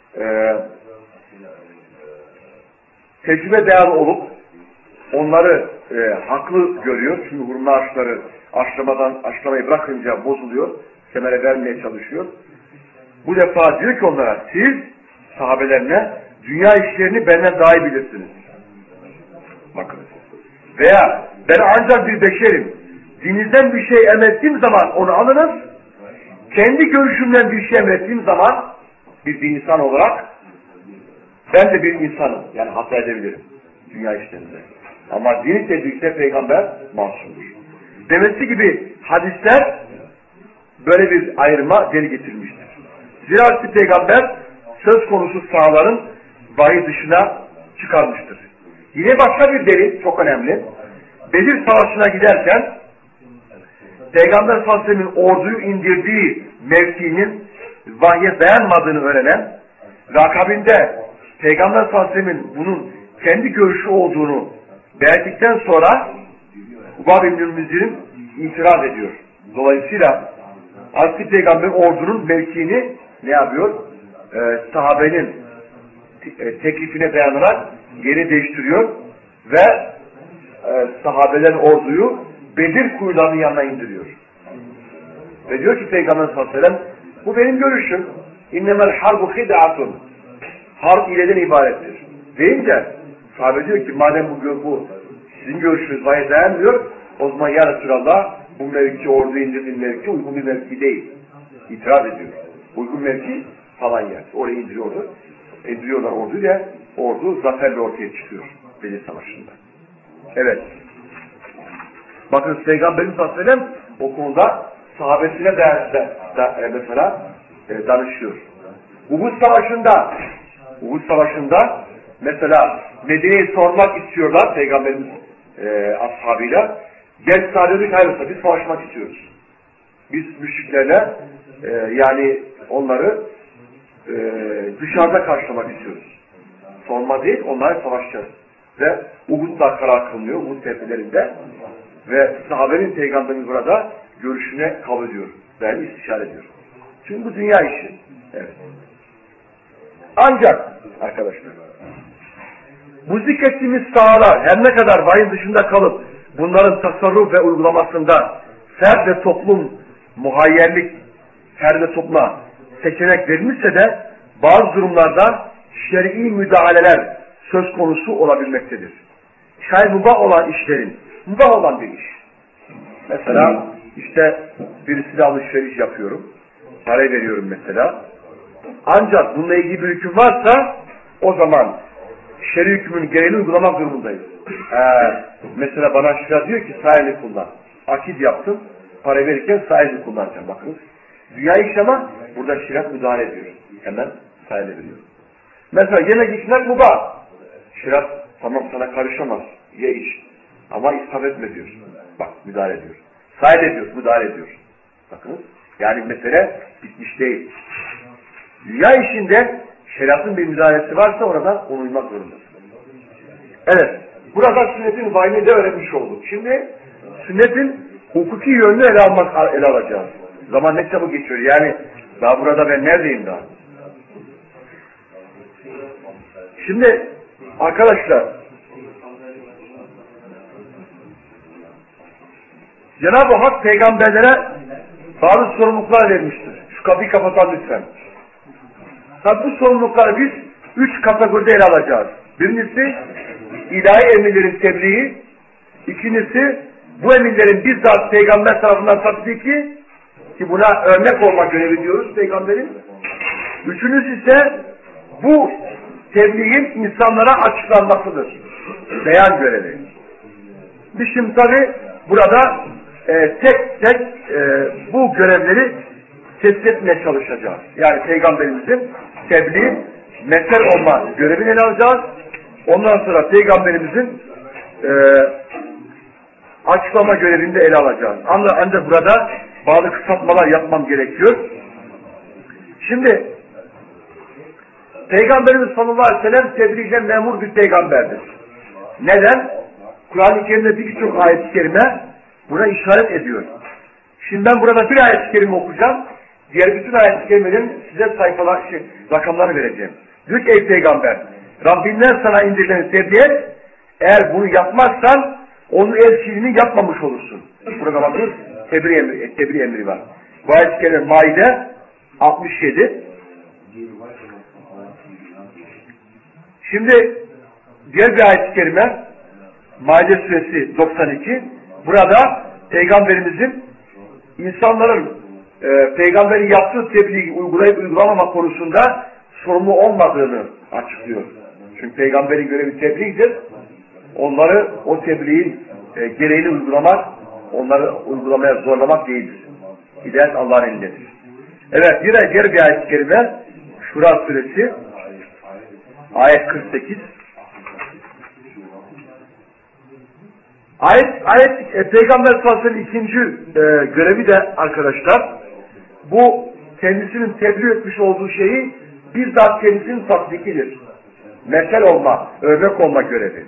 tecrübe değerli olup onları haklı görüyor. Çünkü hurma ağaçları aşılamayı bırakınca bozuluyor. Semere vermeye çalışıyor. Bu defa diyor ki onlara siz sahabelerine dünya işlerini benden daha iyi bilirsiniz. Bakın. Veya ben ancak bir beşerim. Dininizden bir şey emrettiğim zaman onu alınız. Kendi görüşümden bir şey emrettiğim zaman bir insan olarak ben de bir insanım. Yani hata edebilirim. Dünya işlerinde. Ama din tebliğde peygamber masumdur. Demesi gibi hadisler böyle bir ayrıma deli getirmiştir. Zira peygamber söz konusu sahaların vahiy dışına çıkarmıştır. Yine başka bir delil çok önemli. Bedir Savaşı'na giderken Peygamber sallallahu aleyhi ve sellem'in orduyu indirdiği mevkinin vahye dayanmadığını öğrenen ve akabinde Peygamber sallallahu aleyhi ve sellem'in bunun kendi görüşü olduğunu belirttikten sonra Ubab ibn Müzir'in itiraz ediyor. Dolayısıyla Hazreti Peygamber'in ordunun mevkiini ne yapıyor? Sahabenin teklifine dayanarak yeri değiştiriyor ve sahabelerin orduyu Bedir kuyularının yanına indiriyor. Ve diyor ki Peygamber sallallahu aleyhi ve sellem bu benim görüşüm. İnnemel harbu hid'atun. Harp ileden ibarettir. Deyince sahabe diyor ki madem bu sizin görüşünüz vahiy dayanmıyor o zaman ya Resulallah bu mevki ordu indirdiğin mevki uygun bir mevki değil. İtiraz ediyor. Uygun mevki falan yer. Oraya indiriyorlar orduyla ordu zaferle ortaya çıkıyor Bedir Savaşı'nda. Evet. Bakın Peygamberimiz sallallahu aleyhi ve sellem o konuda sahabesine mesela danışıyor. Uhud Savaşı'nda mesela Medine'yi sormak istiyorlar Peygamberimiz ashabıyla. Gel sahabedik hayırlısı biz savaşmak istiyoruz. Biz müşriklerle yani onları dışarıda karşılamak istiyoruz. Sorma değil onlarla savaşacağız. Ve Uhud'da karar kılınıyor Uhud tepelerinde. Ve sahabenin Peygamberimiz burada görüşüne kabul ediyor. Yani istişare ediyor. Çünkü bu dünya işi. Evet. Ancak arkadaşlar bu zikrettiğimiz sahalar her ne kadar vahiy dışında kalıp bunların tasarruf ve uygulamasında fert ve toplum muhayyerlik fert ve topluma seçenek verilmişse de bazı durumlarda şer'i müdahaleler söz konusu olabilmektedir. Şayet mubah olan işlerin mubah olan bir iş. Mesela işte birisiyle alışveriş yapıyorum. Para veriyorum mesela. Ancak bununla ilgili bir hüküm varsa o zaman şer'i hükmün gereğini uygulamak durumundayız. Mesela bana şira diyor ki sahili kullan. Akit yaptım. Para verirken sahili kullanacağım. Bakın. Dünya iş ama burada şirat müdahale ediyor. Hemen sahile veriyor. Mesela yemek içmek mubah. Şirat tamam sana karışamaz. Ye iç. Ama israf etme diyor. Bak müdahale ediyor. Sahil ediyor, müdahale ediyor. Bakın. Yani mesele bitmiş değil. Dünya işinde şeriatın bir müdahalesi varsa orada onu uymak zorundasın. Evet. Burada sünnetin vahini de öğrenmiş olduk. Şimdi sünnetin hukuki yönünü ele alacağız. Zaman ne çabuk geçiyor. Yani daha burada ben neredeyim daha? Şimdi arkadaşlar Cenab-ı Hak peygamberlere bazı sorumluluklar vermiştir. Şu kapıyı kapatalım lütfen. Tabi bu sorumlulukları biz 3 kategoride ele alacağız. Birincisi ilahi emirlerin tebliği. İkincisi bu emirlerin bizzat peygamber tarafından tatbiki ki buna örnek olma görevi diyoruz peygamberin. Üçüncüsü ise bu tebliğin insanlara açıklanmasıdır. Beyan görevi. Biz şimdi tabi burada tek tek bu görevleri tespit etmeye çalışacağız. Yani peygamberimizin tebliğ, mesel olma görevini ele alacağız. Ondan sonra peygamberimizin açıklama görevini de ele alacağız. Ancak burada bazı kısaltmalar yapmam gerekiyor. Şimdi Peygamberimiz sallallahu aleyhi ve sellem tebliğle memur bir peygamberdir. Neden? Kur'an-ı Kerim'de birçok ayet-i kerime buna işaret ediyor. Şimdi ben burada bir ayet-i kerime okuyacağım. Diğer bütün ayet-i kerimelerin size rakamları vereceğim. Diyor ki ey peygamber, Rabbinden sana indirileni tebliğ et. Eğer bunu yapmazsan onun elçiliğini yapmamış olursun. Burada bakın tebliğ emri var. Bu ayet-i kerime Maide 67. Şimdi diğer bir ayet-i kerime Maide suresi 92. Burada peygamberimizin insanların peygamberin yaptığı tebliği uygulayıp uygulamama konusunda sorumlu olmadığını açıklıyor. Çünkü peygamberin görevi tebliğdir. Onları o tebliğin gereğini uygulamak, onları uygulamaya zorlamak değildir. Hidayet Allah'ın elindedir. Evet, diğer bir ayet-i kerime Şura suresi ayet 48. Peygamber sallallahu aleyhi ve sellem ikinci görevi de arkadaşlar bu kendisinin tebliğ etmiş olduğu şeyi bizzat kendisinin tatbikidir. Mesel olma, örnek olma görevi.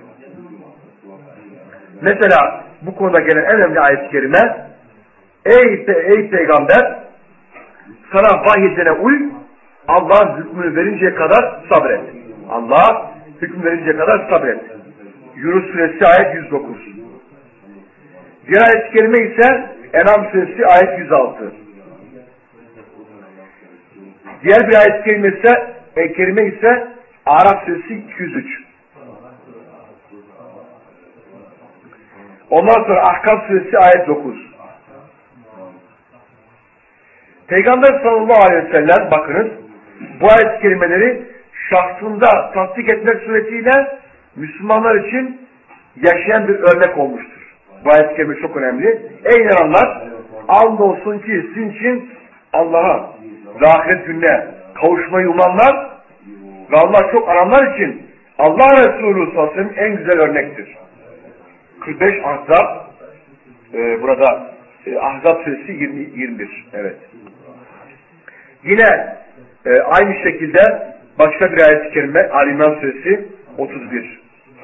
Mesela bu konuda gelen en önemli ayet-i kerime ey peygamber sana vahyedene uy, Allah'ın hükmünü verinceye kadar sabret. Allah hüküm verinceye kadar sabret. Yunus suresi ayet 109. Diğer ayet-i kerime ise En'am suresi ayet 106. Diğer bir ayet-i kerime ise Araf suresi 203. Ondan sonra Ahkam suresi ayet 9. Peygamber sallallahu aleyhi ve sellem bakınız bu ayet-i kerimeleri şahsında tasdik etmek suretiyle Müslümanlar için yaşayan bir örnek olmuştur. Bu ayet-i kerime çok önemli. Ey inananlar, andolsun ki sizin için Allah'a ve ahiret gününe kavuşmayı umanlar ve Allah çok aranlar için Allah Resulü sallallahu aleyhi ve sellem en güzel örnektir. 45 Ahzab burada Ahzab suresi 21. Evet. Yine aynı şekilde başka bir ayet-i kerime Ali İmran suresi 31.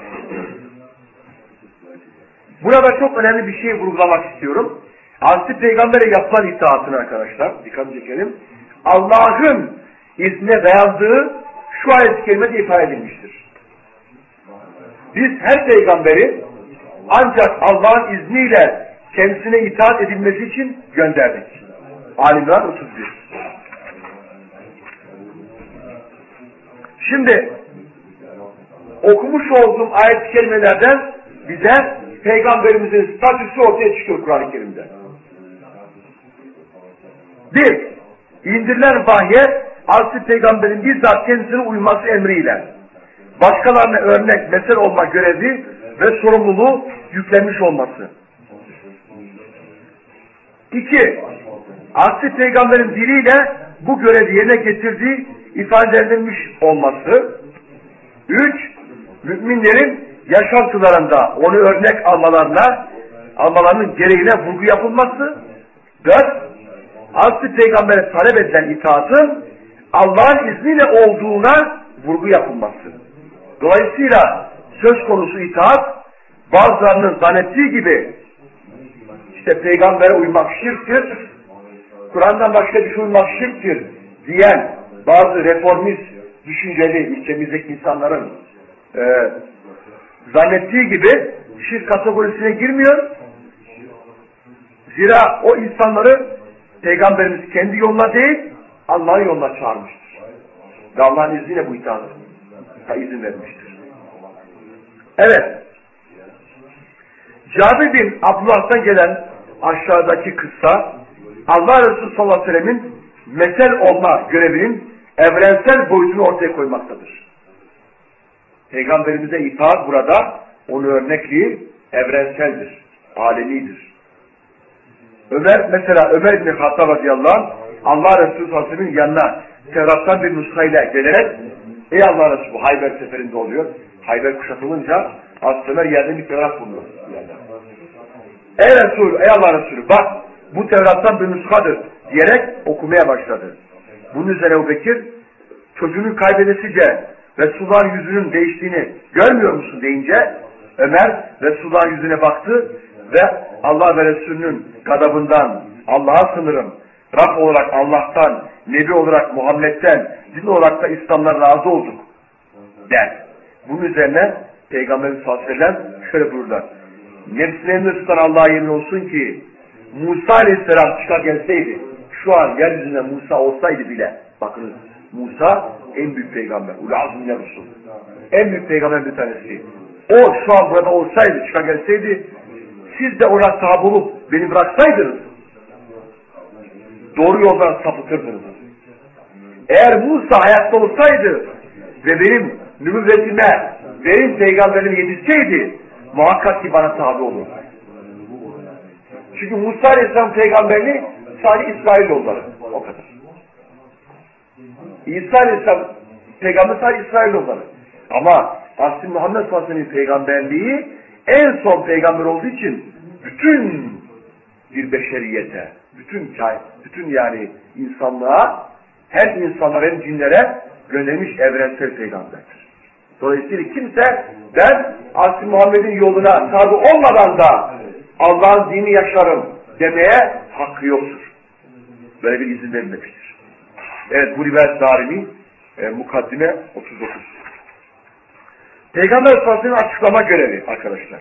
Burada çok önemli bir şey vurgulamak istiyorum. Hazreti Peygamber'e yapılan itaatını arkadaşlar dikkat çekelim. Allah'ın iznine dayandığı şu ayet-i kerimede ifade edilmiştir. Biz her peygamberi ancak Allah'ın izniyle kendisine itaat edilmesi için gönderdik. Ali İmran 31. Şimdi okumuş olduğum ayet-i kerimelerden bize peygamberimizin statüsü ortaya çıkıyor Kur'an-ı Kerim'de. 1. İndirilen vahye Hazreti Peygamber'in bizzat kendisine uyması emriyle başkalarına örnek, mesel olma görevi ve sorumluluğu yüklenmiş olması. 2. Hazreti Peygamber'in diliyle bu görevi yerine getirdiği ifade edilmiş olması. 3. Müminlerin yaşantılarında onu örnek almalarının gereğine vurgu yapılması. 4. Hazreti Peygamber'e talep edilen itaatın Allah'ın izniyle olduğuna vurgu yapılması. Dolayısıyla söz konusu itaat, bazılarının zannettiği gibi işte peygambere uymak şirktir, Kur'an'dan başka bir şey uymak şirktir diyen bazı reformist düşünceli ülkemizdeki insanların zannettiği gibi şirk kategorisine girmiyor. Zira o insanları Peygamberimiz kendi yoluna değil, Allah'ın yoluna çağırmıştır. Ve Allah'ın izniyle bu itaata izin vermiştir. Evet. Cabir bin Abdullah'tan gelen aşağıdaki kıssa, Allah Resulü sallallahu aleyhi ve sellemin mesel olma görevinin evrensel boyutunu ortaya koymaktadır. Peygamberimize itaat burada onun örnekliği evrenseldir, alemidir. Mesela Ömer bin Hattab radıyallahu anh Allah Resulü sallallahu aleyhi ve sellemin yanına Tevrat'tan bir nuskayla gelerek ey Allah Resulü, bu Hayber seferinde oluyor. Hayber kuşatılınca Hazreti Ömer yerden bir Tevrat buluyor. Ey Resul, ey Allah Resulü, bak bu Tevrat'tan bir nuskadır diyerek okumaya başladı. Bunun üzerine Ebu Bekir çocuğunun kaybedesice Resulullah'ın yüzünün değiştiğini görmüyor musun deyince Ömer Resulullah'ın yüzüne baktı ve Allah ve Resulünün gadabından Allah'a sınırım, Rab olarak Allah'tan, Nebi olarak Muhammed'den, din olarak da İslam'dan razı olduk der. Bunun üzerine Peygamberimiz sallallahu aleyhi ve sellem şöyle buyururlar. Nefsine tutan Allah'a yemin olsun ki Musa aleyhisselam çıkar gelseydi, şu an yeryüzünde Musa olsaydı bile, bakınız Musa en büyük peygamber, Ul-Azm ya Resul. En büyük peygamber bir tanesi. O şu an burada olsaydı, çıkar gelseydi, siz de ona sahip olup beni bıraksaydınız, doğru yoldan sapıtırdınız. Eğer Musa hayatta olsaydı ve benim nübüvvetime, benim peygamberime yetişseydi, muhakkak ki bana tabi olur. Çünkü Musa Aleyhisselam peygamberini sadece İsrailoğulları, o kadar. İsa Aleyhisselam peygamber sadece İsrailoğulları. Ama Aslı Muhammed sallallahu aleyhi ve sellem'in peygamberliği en son peygamber olduğu için bütün bir beşeriyete, bütün yani insanlığa, hem insanlara hem cinlere göndermiş evrensel peygamberdir. Dolayısıyla kimse ben Aslı Muhammed'in yoluna tabi olmadan da Allah'ın dinini yaşarım demeye hakkı yoktur. Böyle bir izin verilmemiştir. Evet, bu rivayet Darimi mukaddime 39. Peygamber Efendimiz'in açıklama görevi arkadaşlar.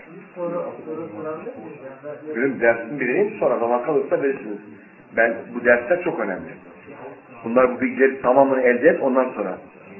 Benim dersin biriyim, sonra zaman kalırsa verirsiniz. Bu dersler çok önemli. Bu bilgileri tamamını elde et, ondan sonra.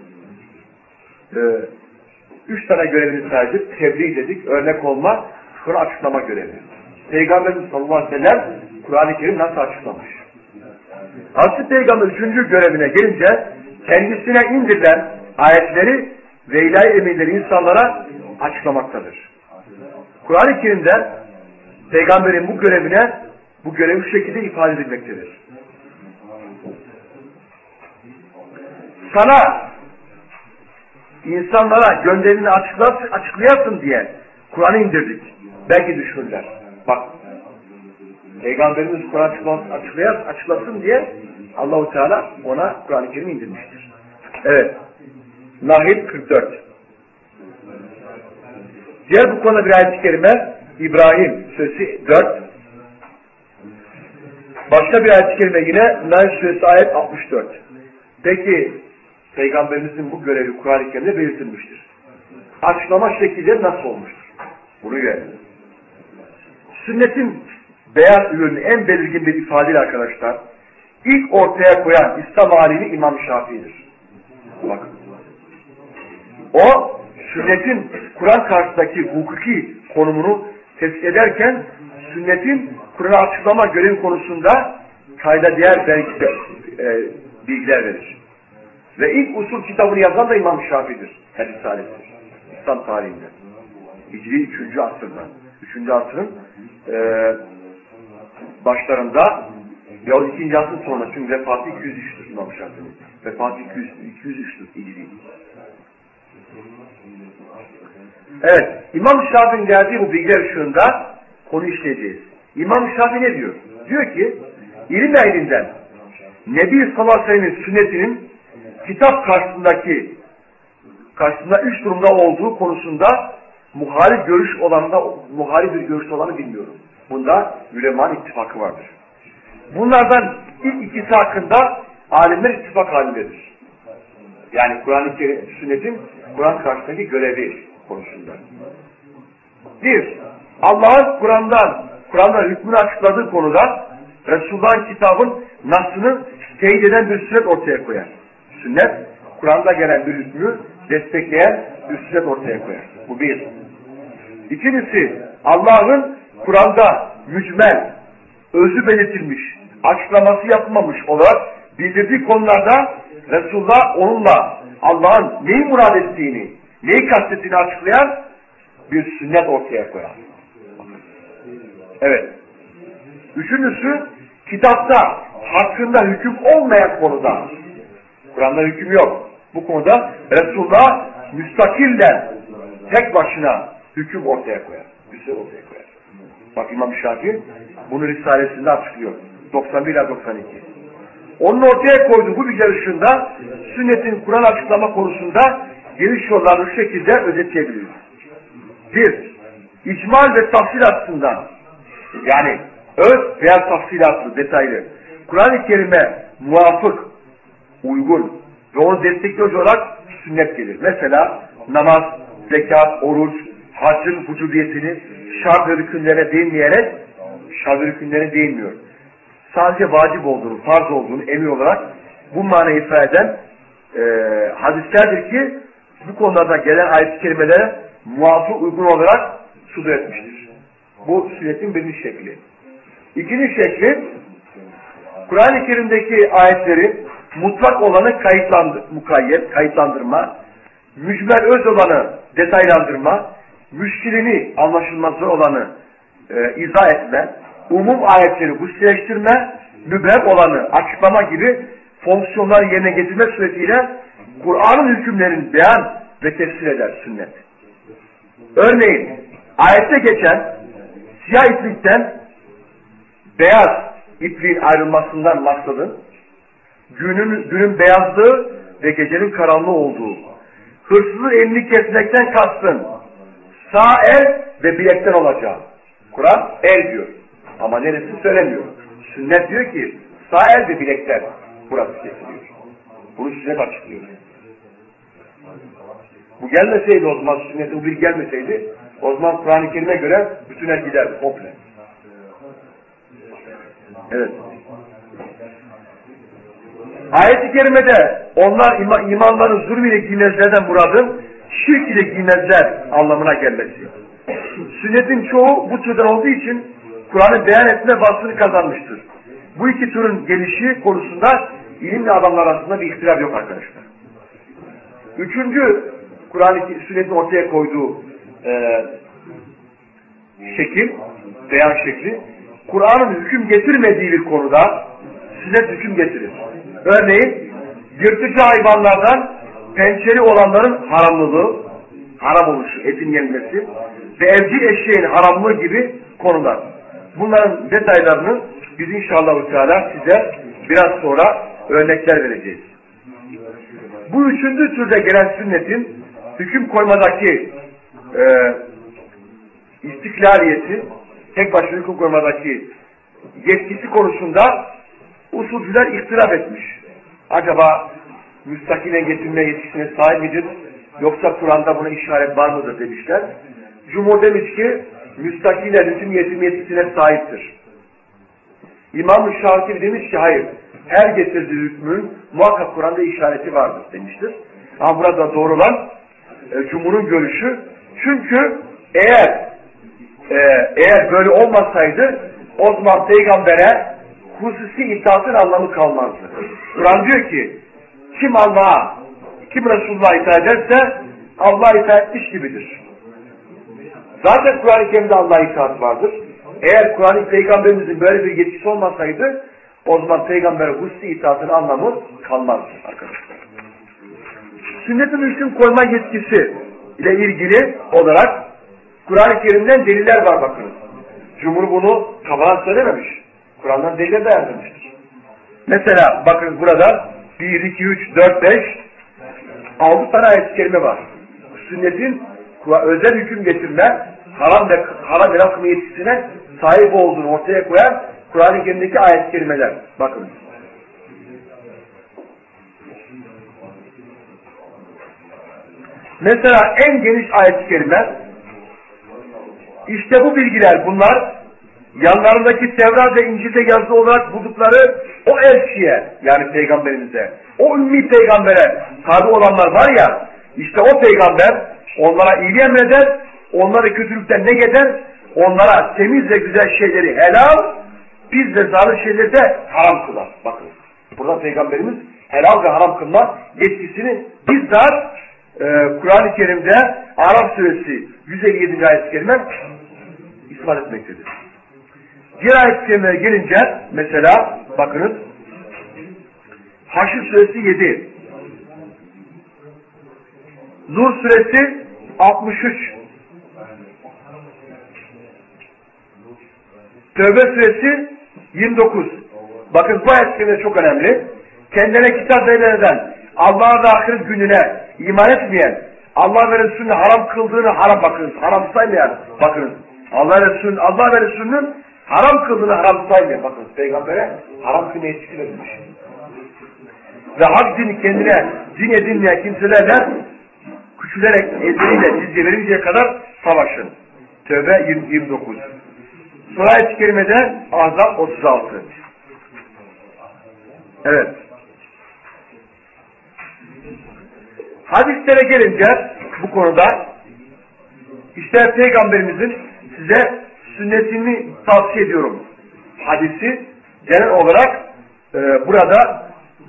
3 tane görevini saydık, tebliğ dedik, örnek olma, sonra açıklama görevi. Peygamberimiz sallallahu aleyhi ve sellem Kur'an-ı Kerim nasıl açıklamış? Hazreti Peygamber 3. görevine gelince kendisine indirilen ayetleri ve ilahi emirleri insanlara açıklamaktadır. Kur'an-ı Kerim'de Peygamberin bu görevi şu şekilde ifade edilmektedir. Sana insanlara gönderini açıklayasın diye Kur'an'ı indirdik. Belki düşünürler. Bak, Peygamberimiz Kur'an açıklasın diye Allah-u Teala ona Kur'an-ı Kerim indirmiştir. Evet. Nahl 44. Diğer bu konuda bir ayet-i kerime İbrahim Suresi 4. Başka bir ayet-i kerime yine Nahl Suresi ayet 64. Peki Peygamberimizin bu görevi Kur'an-ı Kerim'de belirtilmiştir. Açıklama şekilleri nasıl olmuştur? Bunu görelim. Sünnetin beyan ürünü en belirgin bir ifadeyle arkadaşlar, ilk ortaya koyan İslam alimi İmam Şafii'dir. Bakın. O, sünnetin Kur'an karşısındaki hukuki konumunu tespit ederken, sünnetin Kur'an'ı açıklama görevi konusunda kayda değer bilgiler verir. Ve ilk usul kitabını yazan da İmam Şafii'dir. Hadis aleti. İslam tarihinde. Hicri 3. asırdan. 3. asrın başlarında ya 2. asrın sonra, çünkü vefatı 203'tür İmam Şafii'nin. Vefatı 203'tür Hicri. Evet, İmam Şafii'nin verdiği bu bilgiler ışığında konu işleyeceğiz. İmam Şafii ne diyor? Diyor ki, ilim ehlinden Nebi sallallahu aleyhi ve sellem'in sünnetinin kitap karşısında üç durumda olduğu konusunda muhalif bir görüş olanı bilmiyorum. Bunda ulemanın ittifakı vardır. Bunlardan ilk ikisi hakkında alimler ittifak halindedir. Yani Kur'an-ı Kerim, sünnetin Kur'an karşısındaki görevi konusunda. Bir, Allah'ın Kur'an'da hükmünü açıkladığı konuda Resulullah'ın kitabın nasını teyit eden bir sünnet ortaya koyar. Sünnet, Kur'an'da gelen bir hükmü destekleyen bir sünnet ortaya koyar. Bu bir. İkincisi, Allah'ın Kur'an'da mücmel, özü belirtilmiş, açıklaması yapılmamış olarak bildirdiği konularda Resulullah onunla Allah'ın neyi murad ettiğini, neyi kastettiğini açıklayan bir sünnet ortaya koyar. Evet. Üçüncüsü, kitapta hakkında hüküm olmayan konuda, Kur'an'da hüküm yok. Bu konuda Resulullah müstakillen tek başına hüküm ortaya koyar. Bir şey ortaya koyar. Bak İmam Şafii bunu Risalesinde açıklıyor. 91-92. Onun ortaya koyduğu bu bilgiler ışığında sünnetin Kur'an açıklama konusunda geniş yollarını şu şekilde özetleyebiliriz. Bir, icmal ve tafsil açısından, yani öz veya tafsilatlı, detaylı, Kur'an-ı Kerim'e muvafık, uygun ve onu destekleyici olarak sünnet gelir. Mesela namaz, zekat, oruç, haccın vücudiyetini şart ve rükünlerine değinmiyor. Sadece vacip olduğunu, farz olduğunu emir olarak bu manayı ifade eden hadislerdir ki bu konularda gelen ayet-i kerimelere muvafık, uygun olarak sudur etmiştir. Bu sünnetin birinci şekli. İkinci şekli, Kur'an-ı Kerim'deki ayetleri mutlak olanı kayıtlandırma, mücmel öz olanı detaylandırma, müşkilini anlaşılması olanı izah etme, umum ayetleri hususleştirme, mübhem olanı açıklama gibi fonksiyonları yerine getirme suretiyle Kur'an'ın hükümlerini beyan ve tefsir eder sünnet. Örneğin ayette geçen siyah iplikten beyaz ipliğin ayrılmasından maksadın günün beyazlığı ve gecenin karanlığı olduğu, hırsızın elini kesmekten kastın sağ el ve bilekten olacağı. Kur'an el diyor. Ama neresi söylemiyor. Sünnet diyor ki sağ el ve bilekten burası kesiliyor. Bunu sünnet açıklıyor. Bu gelmeseydi o zaman, sünnetin bu bilgi gelmeseydi o zaman Kur'an-ı Kerim'e göre bütün el giderdi komple. Evet. Ayet-i kerimede onlar imanların zulmüyle giymezlerden muradın şirk ile giymezler anlamına gelmesi. Sünnetin çoğu bu türden olduğu için Kur'an'ı beyan etme vasfını kazanmıştır. Bu iki türün gelişi konusunda ilimli adamlar arasında bir ihtilaf yok arkadaşlar. Üçüncü Kur'an-ı sünnetin ortaya koyduğu şekil, beyan şekli, Kur'an'ın hüküm getirmediği bir konuda sünnet hüküm getirir. Örneğin yırtıcı hayvanlardan pençeli olanların haramlılığı, haram oluşu, etin yenmesi ve evcil eşeğin haramlığı gibi konular. Bunların detaylarını biz inşallah Teala size biraz sonra örnekler vereceğiz. Bu üçüncü türde gelen sünnetin hüküm koymadaki istiklaliyeti, tek başına hüküm koymadaki yetkisi konusunda usulcüler ihtilaf etmiş. Acaba müstakilen getirme yetkisine sahip midir? Yoksa Kur'an'da buna işaret var mıdır demişler. Cumhur demiş ki müstakilen hüküm getirme yetkisine sahiptir. İmam-ı Şafii demiş ki hayır. Her getirdiği hükmün muhakkak Kur'an'da işareti vardır demiştir. Ama burada doğru olan Cumhur'un görüşü. Çünkü eğer böyle olmasaydı o zaman peygambere hususi itaatın anlamı kalmazdı. Kur'an diyor ki kim Allah'a, kim Resulullah'a itaat ederse Allah'a itaat etmiş gibidir. Zaten Kur'an-ı Kerim'de Allah'a itaat vardır. Eğer Kur'an-ı Peygamberimizin böyle bir yetkisi olmasaydı o zaman peygambere hususi itaatın anlamı kalmazdı arkadaşlar. Sünnetin hüküm koyma yetkisi ile ilgili olarak Kur'an-ı Kerim'den deliller var bakın. Cumhur bunu kafadan söylememiş. Kur'an'dan deliller beğenmemiştir. Mesela bakın burada 1, 2, 3, 4, 5 6 tane ayet-i kerime var. Sünnetin özel hüküm getirme, haram ve helal kılma yetkisine sahip olduğunu ortaya koyan Kur'an-ı Kerim'deki ayet-i kerimeler. Bakın. Mesela en geniş ayet-i kerime, işte bu bilgiler, bunlar yanlarındaki Tevrat ve İncil'de yazılı olarak buldukları o elçiye, yani peygamberimize, o ümmi peygambere tabi olanlar var ya, işte o peygamber onlara iyiliği emreder, onları kötülükten nehyeder, onlara temiz ve güzel şeyleri helal, biz de zalim şeyleri de haram kılar. Bakın, burada peygamberimiz helal ve haram kılma yetkisini bizzat Kur'an-ı Kerim'de Araf suresi 157. ayet-i kerime ispat etmektedir. Diğer ayet-i kerimelere gelince mesela bakınız Haşr suresi 7, Nur suresi 63, Tövbe suresi 29. Bakın bu ayet-i kerime çok önemli. Kendilerine kitap verilen, Allah'a ve ahiret gününe iman etmeyen, Allah ve Resulü'nün haram kıldığını haram saymayan, bakınız. Allah ve Resulü'nün haram kıldığını haram saymayan, bakınız. Peygamber'e haram kılma yetkisi verilmiş. Ve hak dini kendine din edinmeyen kimselerle küçülerek ezberiyle cizye verinceye kadar savaşın. Tövbe 29. Sonra ayet-i kerimede Ahzab 36. Evet. Hadislere gelince bu konuda işte Peygamberimizin size sünnetini tavsiye ediyorum. Hadisi genel olarak burada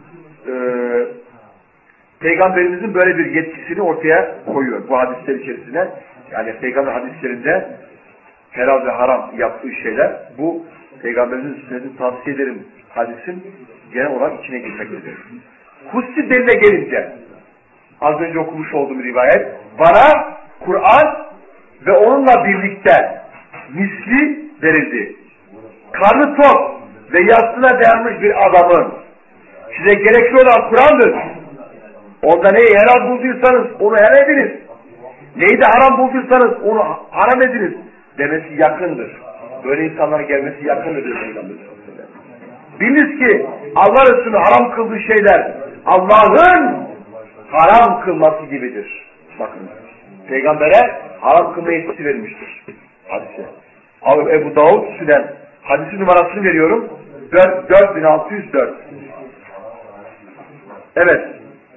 Peygamberimizin böyle bir yetkisini ortaya koyuyor bu hadisler içerisine. Yani Peygamber hadislerinde helal ve haram yaptığı şeyler bu Peygamberimizin sünnetini tavsiye ederim hadisin genel olarak içine girmektedir. Kutsi delile gelince az önce okumuş olduğum rivayet, bana Kur'an ve onunla birlikte misli verildi. Karnı tok ve yastığına dayanmış bir adamın size gerekli olan Kur'an'dır. Onda neyi helal bulduysanız onu helal ediniz. Neyi de haram bulduysanız onu haram ediniz demesi yakındır. Böyle insanların gelmesi yakındır diyor Peygamber. Biliniz ki Allah Resulü haram kıldığı şeyler Allah'ın haram kılması gibidir. Bakın. Peygamber'e haram kılma yetkisi verilmiştir. Hadise. Ebu Davud Sünen. Hadisi numarasını veriyorum. 4604. Evet.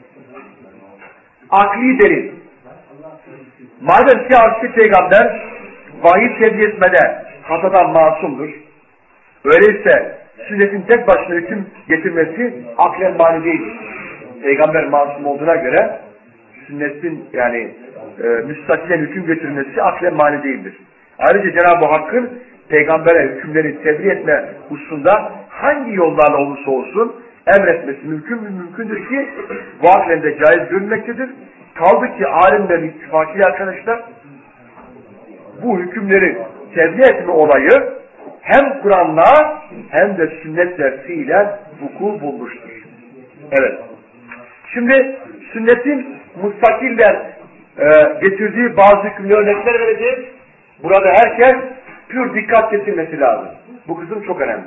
Akli delil. Madem ki Hazreti Peygamber vahiy tebliğ etmede hatadan masumdur. Öyleyse sünnetin tek başına hüküm getirmesi aklen mani değildir. Peygamber masum olduğuna göre sünnetin yani müstakilen hüküm getirmesi aklen mani değildir. Ayrıca Cenab-ı Hakk'ın peygambere hükümleri tebliğ etme hususunda hangi yollarla olursa olsun emretmesi mümkündür ki bu aklen de caiz görülmektedir. Kaldı ki alimlerin ittifakıyla arkadaşlar bu hükümleri tebliğ etme olayı hem Kur'an'la hem de sünnetle fiilen vuku bulmuştur. Evet. Şimdi sünnetin mustakiller getirdiği bazı hükümlü örnekler vereceğiz. Burada herkes pür dikkat getirmesi lazım. Bu kısım çok önemli.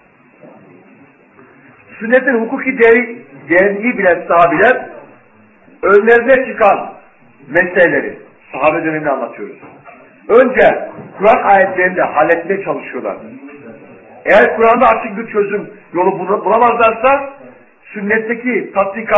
Sünnetin hukuki değerini bilen sahabiler önlerine çıkan meseleleri sahabe dönemini anlatıyoruz. Önce Kur'an ayetlerinde halletmeye çalışıyorlar. Eğer Kur'an'da açık bir çözüm yolu bulamazlarsa sünnetteki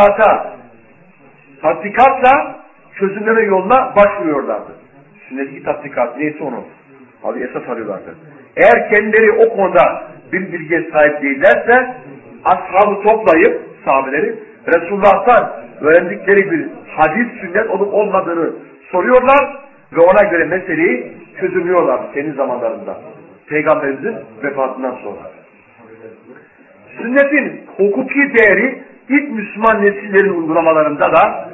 tatbikatla çözümleme yoluna başvuruyorlardı. Sünnetteki tatbikat neyse onu esas alıyorlardı. Eğer kendileri o konuda bir bilgiye sahip değillerse ashabı toplayıp sahabeleri Resulullah'tan öğrendikleri bir hadis sünnet olup olmadığını soruyorlar ve ona göre meseleyi çözümlüyorlar senin zamanlarında. Peygamberimizin vefatından sonra. Sünnetin hukuki değeri ilk Müslüman nesillerin uygulamalarında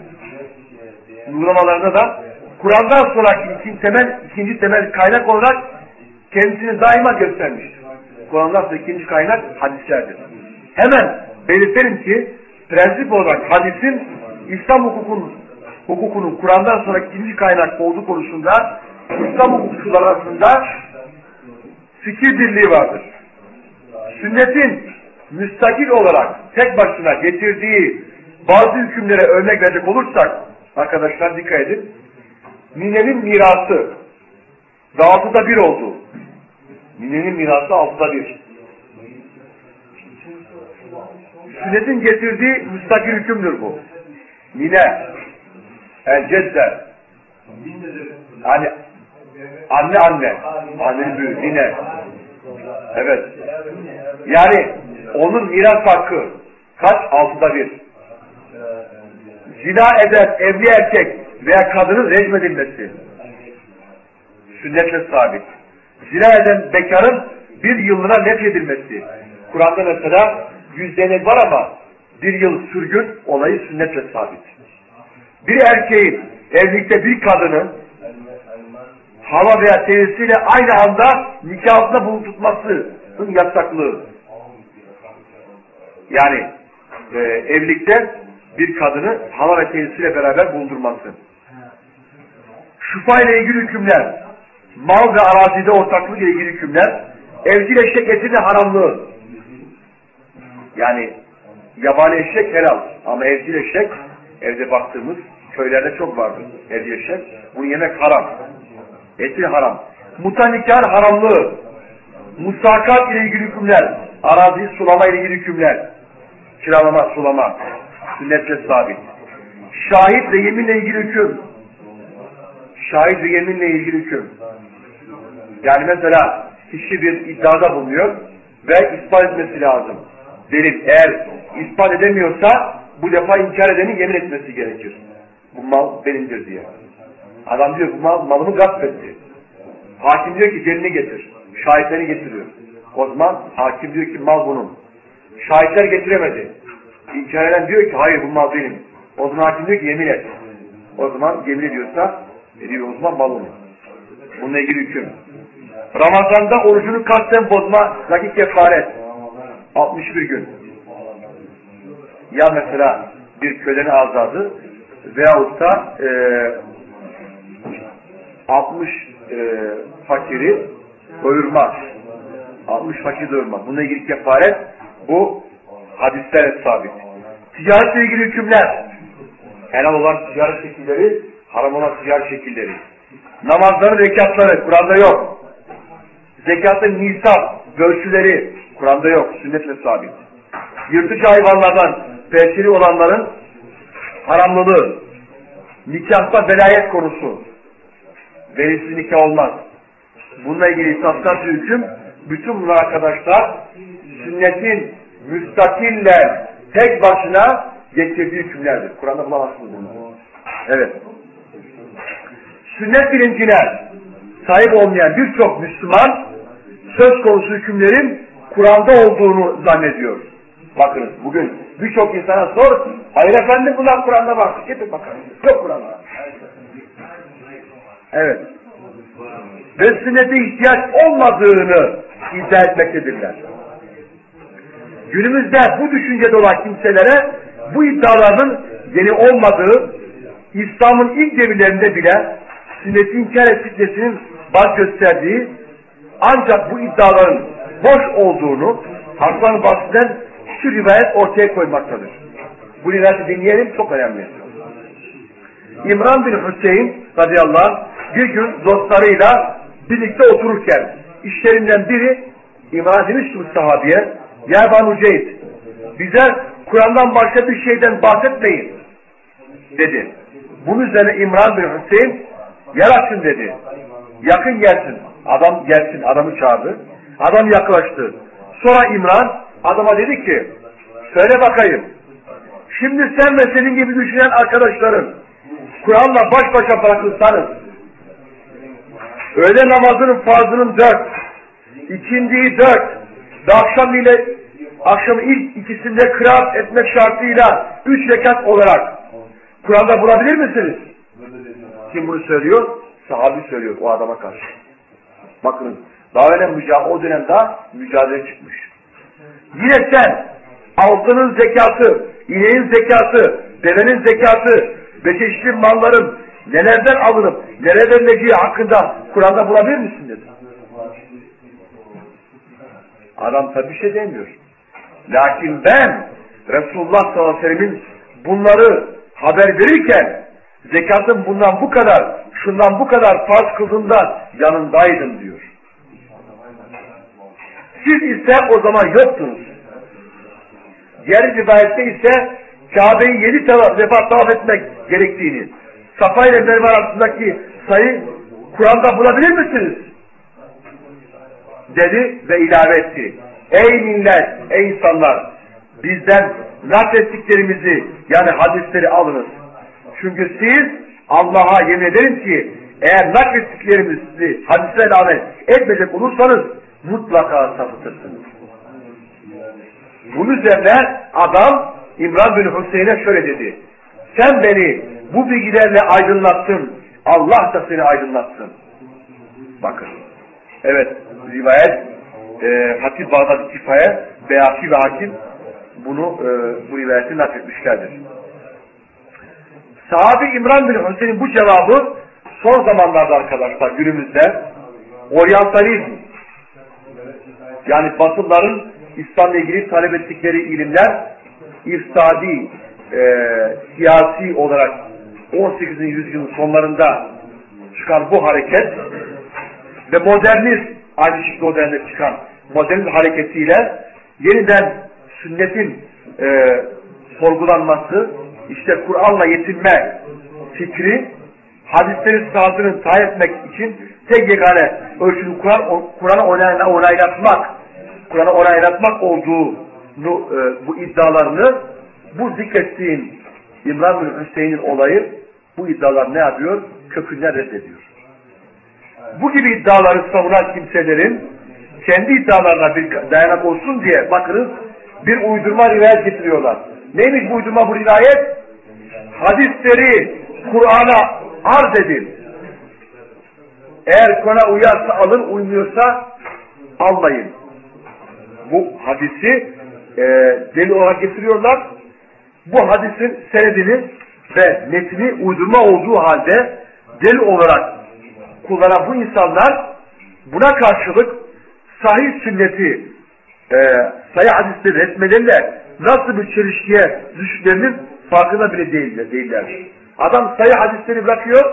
da Kur'an'dan sonraki ikinci temel kaynak olarak kendisini daima göstermiştir. Kur'an'dan sonra ikinci kaynak hadislerdir. Hemen belirtelim ki prensip olarak hadisin İslam hukukunun Kur'an'dan sonra ikinci kaynak olduğu konusunda İslam hukukçular arasında fikir birliği vardır. Sünnetin müstakil olarak tek başına getirdiği bazı hükümlere örnek verecek olursak, arkadaşlar dikkat edin, ninenin mirası da 6'da 1 oldu. Ninenin mirası 6'da 1. Sünnetin getirdiği müstakil hükümdür bu. Nine, el-cedde, yani annenin büyüğü, nine. Evet. Yani onun miras hakkı kaç? 6'da 1. Zina eden evli erkek veya kadının rejmedilmesi sünnetle sabit. Zina eden bekarın 1 yıllığına nefyedilmesi. Kur'an'da mesela 100 denek var ama 1 yıl sürgün olayı sünnetle sabit. Bir erkeğin evlilikte bir kadının hava veya tenisiyle aynı anda nikahında bulundurmasının yasaklığı. Yani evlilikte bir kadını hava ve tenisiyle beraber bulundurması. Şufa ile ilgili hükümler, mal ve arazide ortaklık ile ilgili hükümler, evcil eşek etinin haramlığı. Yani yabani eşek helal ama evcil eşek, evde baktığımız köylerde çok vardır evcil eşek. Bunu yemek haram. Eti haram. Mutanikâr haramlığı. Musakat ile ilgili hükümler, arazi sulama ile ilgili hükümler, kiralama, sulama, sünnetle sabit. Şahit ve yeminle ilgili hüküm. Şahit ve yeminle ilgili hüküm. Yani mesela kişi bir iddiada bulunuyor ve ispat etmesi lazım. Delil eğer ispat edemiyorsa bu defa inkar edenin yemin etmesi gerekir. Bu mal benimdir diye. Adam diyor bu malımı gasp etti. Hakim diyor ki delilini getir. Şahitleri getiriyor. O zaman hakim diyor ki mal bunun. Şahitler getiremedi. İnkar eden diyor ki hayır bu mal benim. O zaman hakim diyor ki yemin et. O zaman yemin ediyorsa diyor o zaman mal onun. Bununla ilgili hüküm. Ramazan'da orucunu kasten bozma nakit kefaret. 61 gün. Ya mesela bir köleni azadı veyahut da 60 fakiri doyurmaz. 60 fakir doyurmaz. Bununla ilgili kefaret bu hadislerle sabit. Ticaretle ilgili hükümler. Helal olan ticaret şekilleri, haram olan ticaret şekilleri. Namazların rekatları Kur'an'da yok. Zekatın nisap, ölçüleri Kur'an'da yok. Sünnetle sabit. Yırtıcı hayvanlardan pesiri olanların haramlılığı. Nikahta velayet konusu. Velisiz nikah olmaz. Bununla ilgili esaslar hüküm, bütün bunlar arkadaşlar sünnetin müstakille tek başına getirdiği hükümlerdir. Kur'an'da bulamazsınız bunu. Evet. Sünnet bilincine sahip olmayan birçok Müslüman söz konusu hükümlerin Kur'an'da olduğunu zannediyor. Bakınız bugün birçok insana sor, hayır efendim bunlar Kur'an'da var. Getir bakalım. Yok Kur'an'da. Evet. Ve sünnete ihtiyaç olmadığını iddia etmektedirler. Günümüzde bu düşüncede olan kimselere bu iddiaların yeni olmadığı, İslam'ın ilk devirlerinde bile sünneti inkar ettiklerinin baş gösterdiği, ancak bu iddiaların boş olduğunu Hasan-ı Basri'den şu rivayet ortaya koymaktadır. Bu rivayeti dinleyelim, çok önemli. İmran bin Hüseyin radıyallahu anh bir gün dostlarıyla birlikte otururken işlerinden biri İmran demiş ki bu sahabeye, ya Banu Ceyd, bize Kur'an'dan başka bir şeyden bahsetmeyin dedi. Bunun üzerine İmran bin Hüseyin yer açın dedi. Yakın gelsin. Adam gelsin. Adamı çağırdı. Adam yaklaştı. Sonra İmran adama dedi ki söyle bakayım. Şimdi sen ve senin gibi düşünen arkadaşların Kur'an'la baş başa bırakılsanız öğle namazının farzının 4, ikindiyi 4 ve akşamın ilk ikisinde kıraat etmek şartıyla 3 rekat olarak Kur'an'da bulabilir misiniz? Kim bunu söylüyor? Sahabi söylüyor o adama karşı. Bakın daha önemli o dönem daha mücadele çıkmış. Yine sen altının zekatı ineğin zekatı, devenin zekatı ve çeşitli malların nelerden alınıp nereye verileceği hakkında Kur'an'da bulabilir misin dedi. Adam tabi bir şey demiyor. Lakin ben Resulullah sallallahu aleyhi ve sellemin bunları haber verirken zekatın bundan bu kadar, şundan bu kadar farz kıldığında yanındaydım diyor. Siz ise o zaman yoktunuz. Diğer rivayette ise Kabe'yi 7 defa tavaf etmek gerektiğini, Safa ile Merve arasındaki sayı Kur'an'da bulabilir misiniz? Dedi ve ilave etti. Ey millet, ey insanlar, bizden naklettiklerimizi yani hadisleri alınız. Çünkü siz Allah'a yemin ederim ki eğer naklettiklerimizi hadislerle amel etmeyecek olursanız mutlaka sapıtırsınız. Bunun üzerine adam İmran bin Hüseyin'e şöyle dedi. Sen beni bu bilgilerle aydınlattın. Allah da seni aydınlatsın. Bakın. Evet. Rivayet Hatip Bağdat Kifaye, Beyaki ve Hakim bu rivayeti nakletmişlerdir. Sahabi İmran bin Hüseyin'in bu cevabı son zamanlarda arkadaşlar günümüzde oryantalizm yani Batılıların İslam'la ilgili talep ettikleri ilimler ifsadi, siyasi olarak 18. yüzyılın sonlarında çıkan bu hareket ve modernist, aynı şekilde o dönemde çıkan modernist hareketiyle yeniden sünnetin sorgulanması, işte Kur'an'la yetinme fikri, hadislerin sahasını tayin etmek için tek yegane ölçünün Kur'an'ı onaylatmak olduğunu bu iddialarını bu zikrettiğim İmran bin Hüseyin'in olayı bu iddialar ne yapıyor? Kökünden reddediyor. Bu gibi iddiaları savunan kimselerin kendi iddialarına bir dayanak olsun diye bakınız bir uydurma rivayet getiriyorlar. Neymiş bu uydurma bu rivayet? Hadisleri Kur'an'a arz edin. Eğer Kur'an'a uyarsa alın, uymuyorsa almayın. Bu hadisi delil olarak getiriyorlar. Bu hadisin senedini ve metni uydurma olduğu halde delil olarak kullanan bu insanlar buna karşılık sahih sünneti sahih hadisleri resmeleriyle nasıl bir çelişkiye düştüklerinin farkında bile değiller. Adam sahih hadisleri bırakıyor,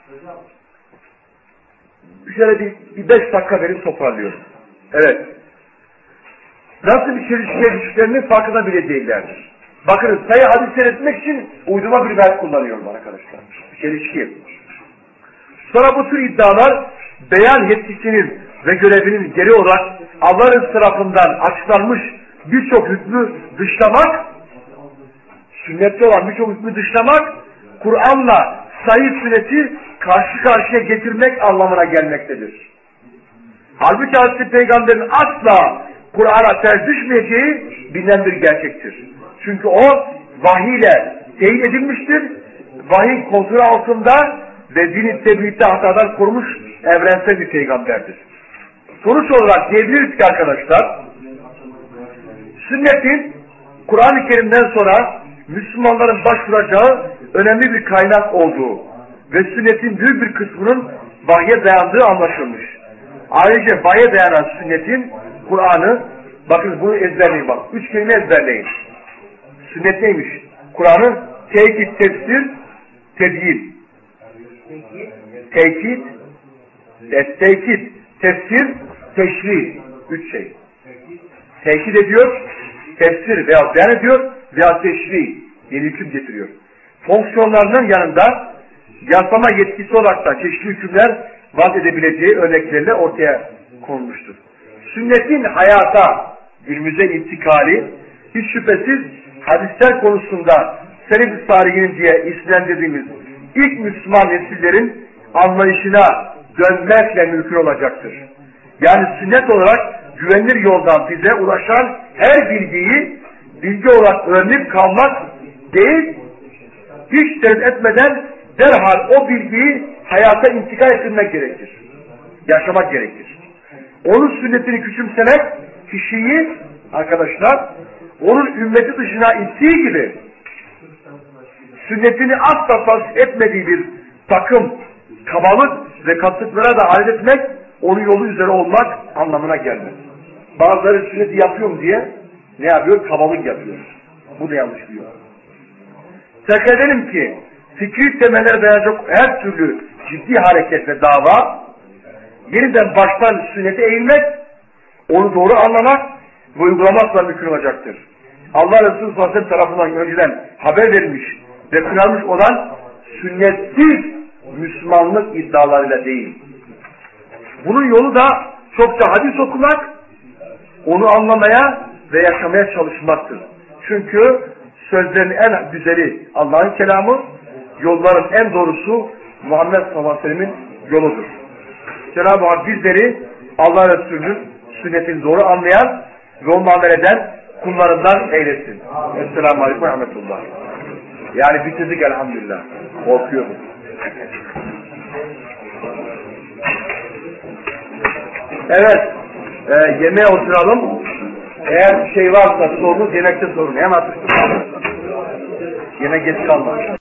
şöyle bir 5 dakika verip toparlıyor. Evet. Nasıl bir çelişkiye düştüklerinin farkında bile değiller. Bakın sahih hadisleri etmek için uydurma bir rivayet kullanıyorlar arkadaşlar. Çelişki. Sonra bu tür iddialar beyan yetkisinin ve görevinin geri olarak Allah'ın tarafından açıklanmış birçok hükmü dışlamak, sünnette olan birçok hükmü dışlamak, Kur'an'la sahih sünneti karşı karşıya getirmek anlamına gelmektedir. Halbuki Hazreti Peygamber'in asla Kur'an'a ters düşmeyeceği bilinen bir gerçektir. Çünkü o vahiy ile teyit edilmiştir. Vahiy kontrolü altında ve din-i tebliğde hatadan korumuş evrensel bir peygamberdir. Sonuç olarak diyebiliriz ki arkadaşlar, sünnetin Kur'an-ı Kerim'den sonra Müslümanların başvuracağı önemli bir kaynak olduğu ve sünnetin büyük bir kısmının vahye dayandığı anlaşılmış. Ayrıca vahye dayanan sünnetin Kur'an'ı, bakın bunu ezberleyin bak, 3 kelime ezberleyin. Sünnet neymiş? Kur'an'ın tekit, tefsir, tebyin. Tekit, tefsir, teşri. 3 şey. Tekit ediyor, tefsir veya beyan ediyor veya teşri. Yeni hüküm getiriyor. Fonksiyonlarının yanında yasama yetkisi olarak da çeşitli hükümler vaat edebileceği örneklerle ortaya konulmuştur. Sünnetin hayata, günümüze intikali hiç şüphesiz hadisler konusunda Selef-i Salihin diye isimlendirdiğimiz ilk Müslüman nesillerin anlayışına dönmekle mümkün olacaktır. Yani sünnet olarak güvenilir yoldan bize ulaşan her bilgiyi bilgi olarak öğrenip kalmak değil, hiç tereddüt etmeden derhal o bilgiyi hayata intikal ettirmek gerekir. Yaşamak gerekir. Onun sünnetini küçümsemek kişiyi arkadaşlar onun ümmeti dışına ittiği gibi sünnetini asla tasvip etmediği bir takım kabalık ve kasıtlara da alet etmek, onun yolu üzere olmak anlamına gelmez. Bazıları sünneti yapıyorum diye ne yapıyor? Kabalık yapıyor. Bu da yanlış bir yol. Tekrar edelim ki fikri temellere dayanacak her türlü ciddi hareket ve dava, yeniden baştan sünnete eğilmek, onu doğru anlamak ve uygulamakla mümkün olacaktır. Allah Resulü sallallahu aleyhi ve sellem tarafından önceden haber verilmiş ve kınanmış olan sünnetsiz Müslümanlık iddialarıyla değil. Bunun yolu da çokça hadis okumak, onu anlamaya ve yaşamaya çalışmaktır. Çünkü sözlerin en güzeli Allah'ın kelamı, yolların en doğrusu Muhammed sallallahu aleyhi ve sellemin yoludur. Cenab-ı Hak bizleri Allah Resulü'nün sünnetini doğru anlayan ve onu amel eden kullarından eylesin. Esselamu Aleyküm ve Rahmetullah. Yani bitirdik elhamdülillah. Korkuyorum. Evet. Yemeğe oturalım. Eğer bir şey varsa sorunuz, yemekte sorun. Hemen atıştırma. Yemek geç kalmaz.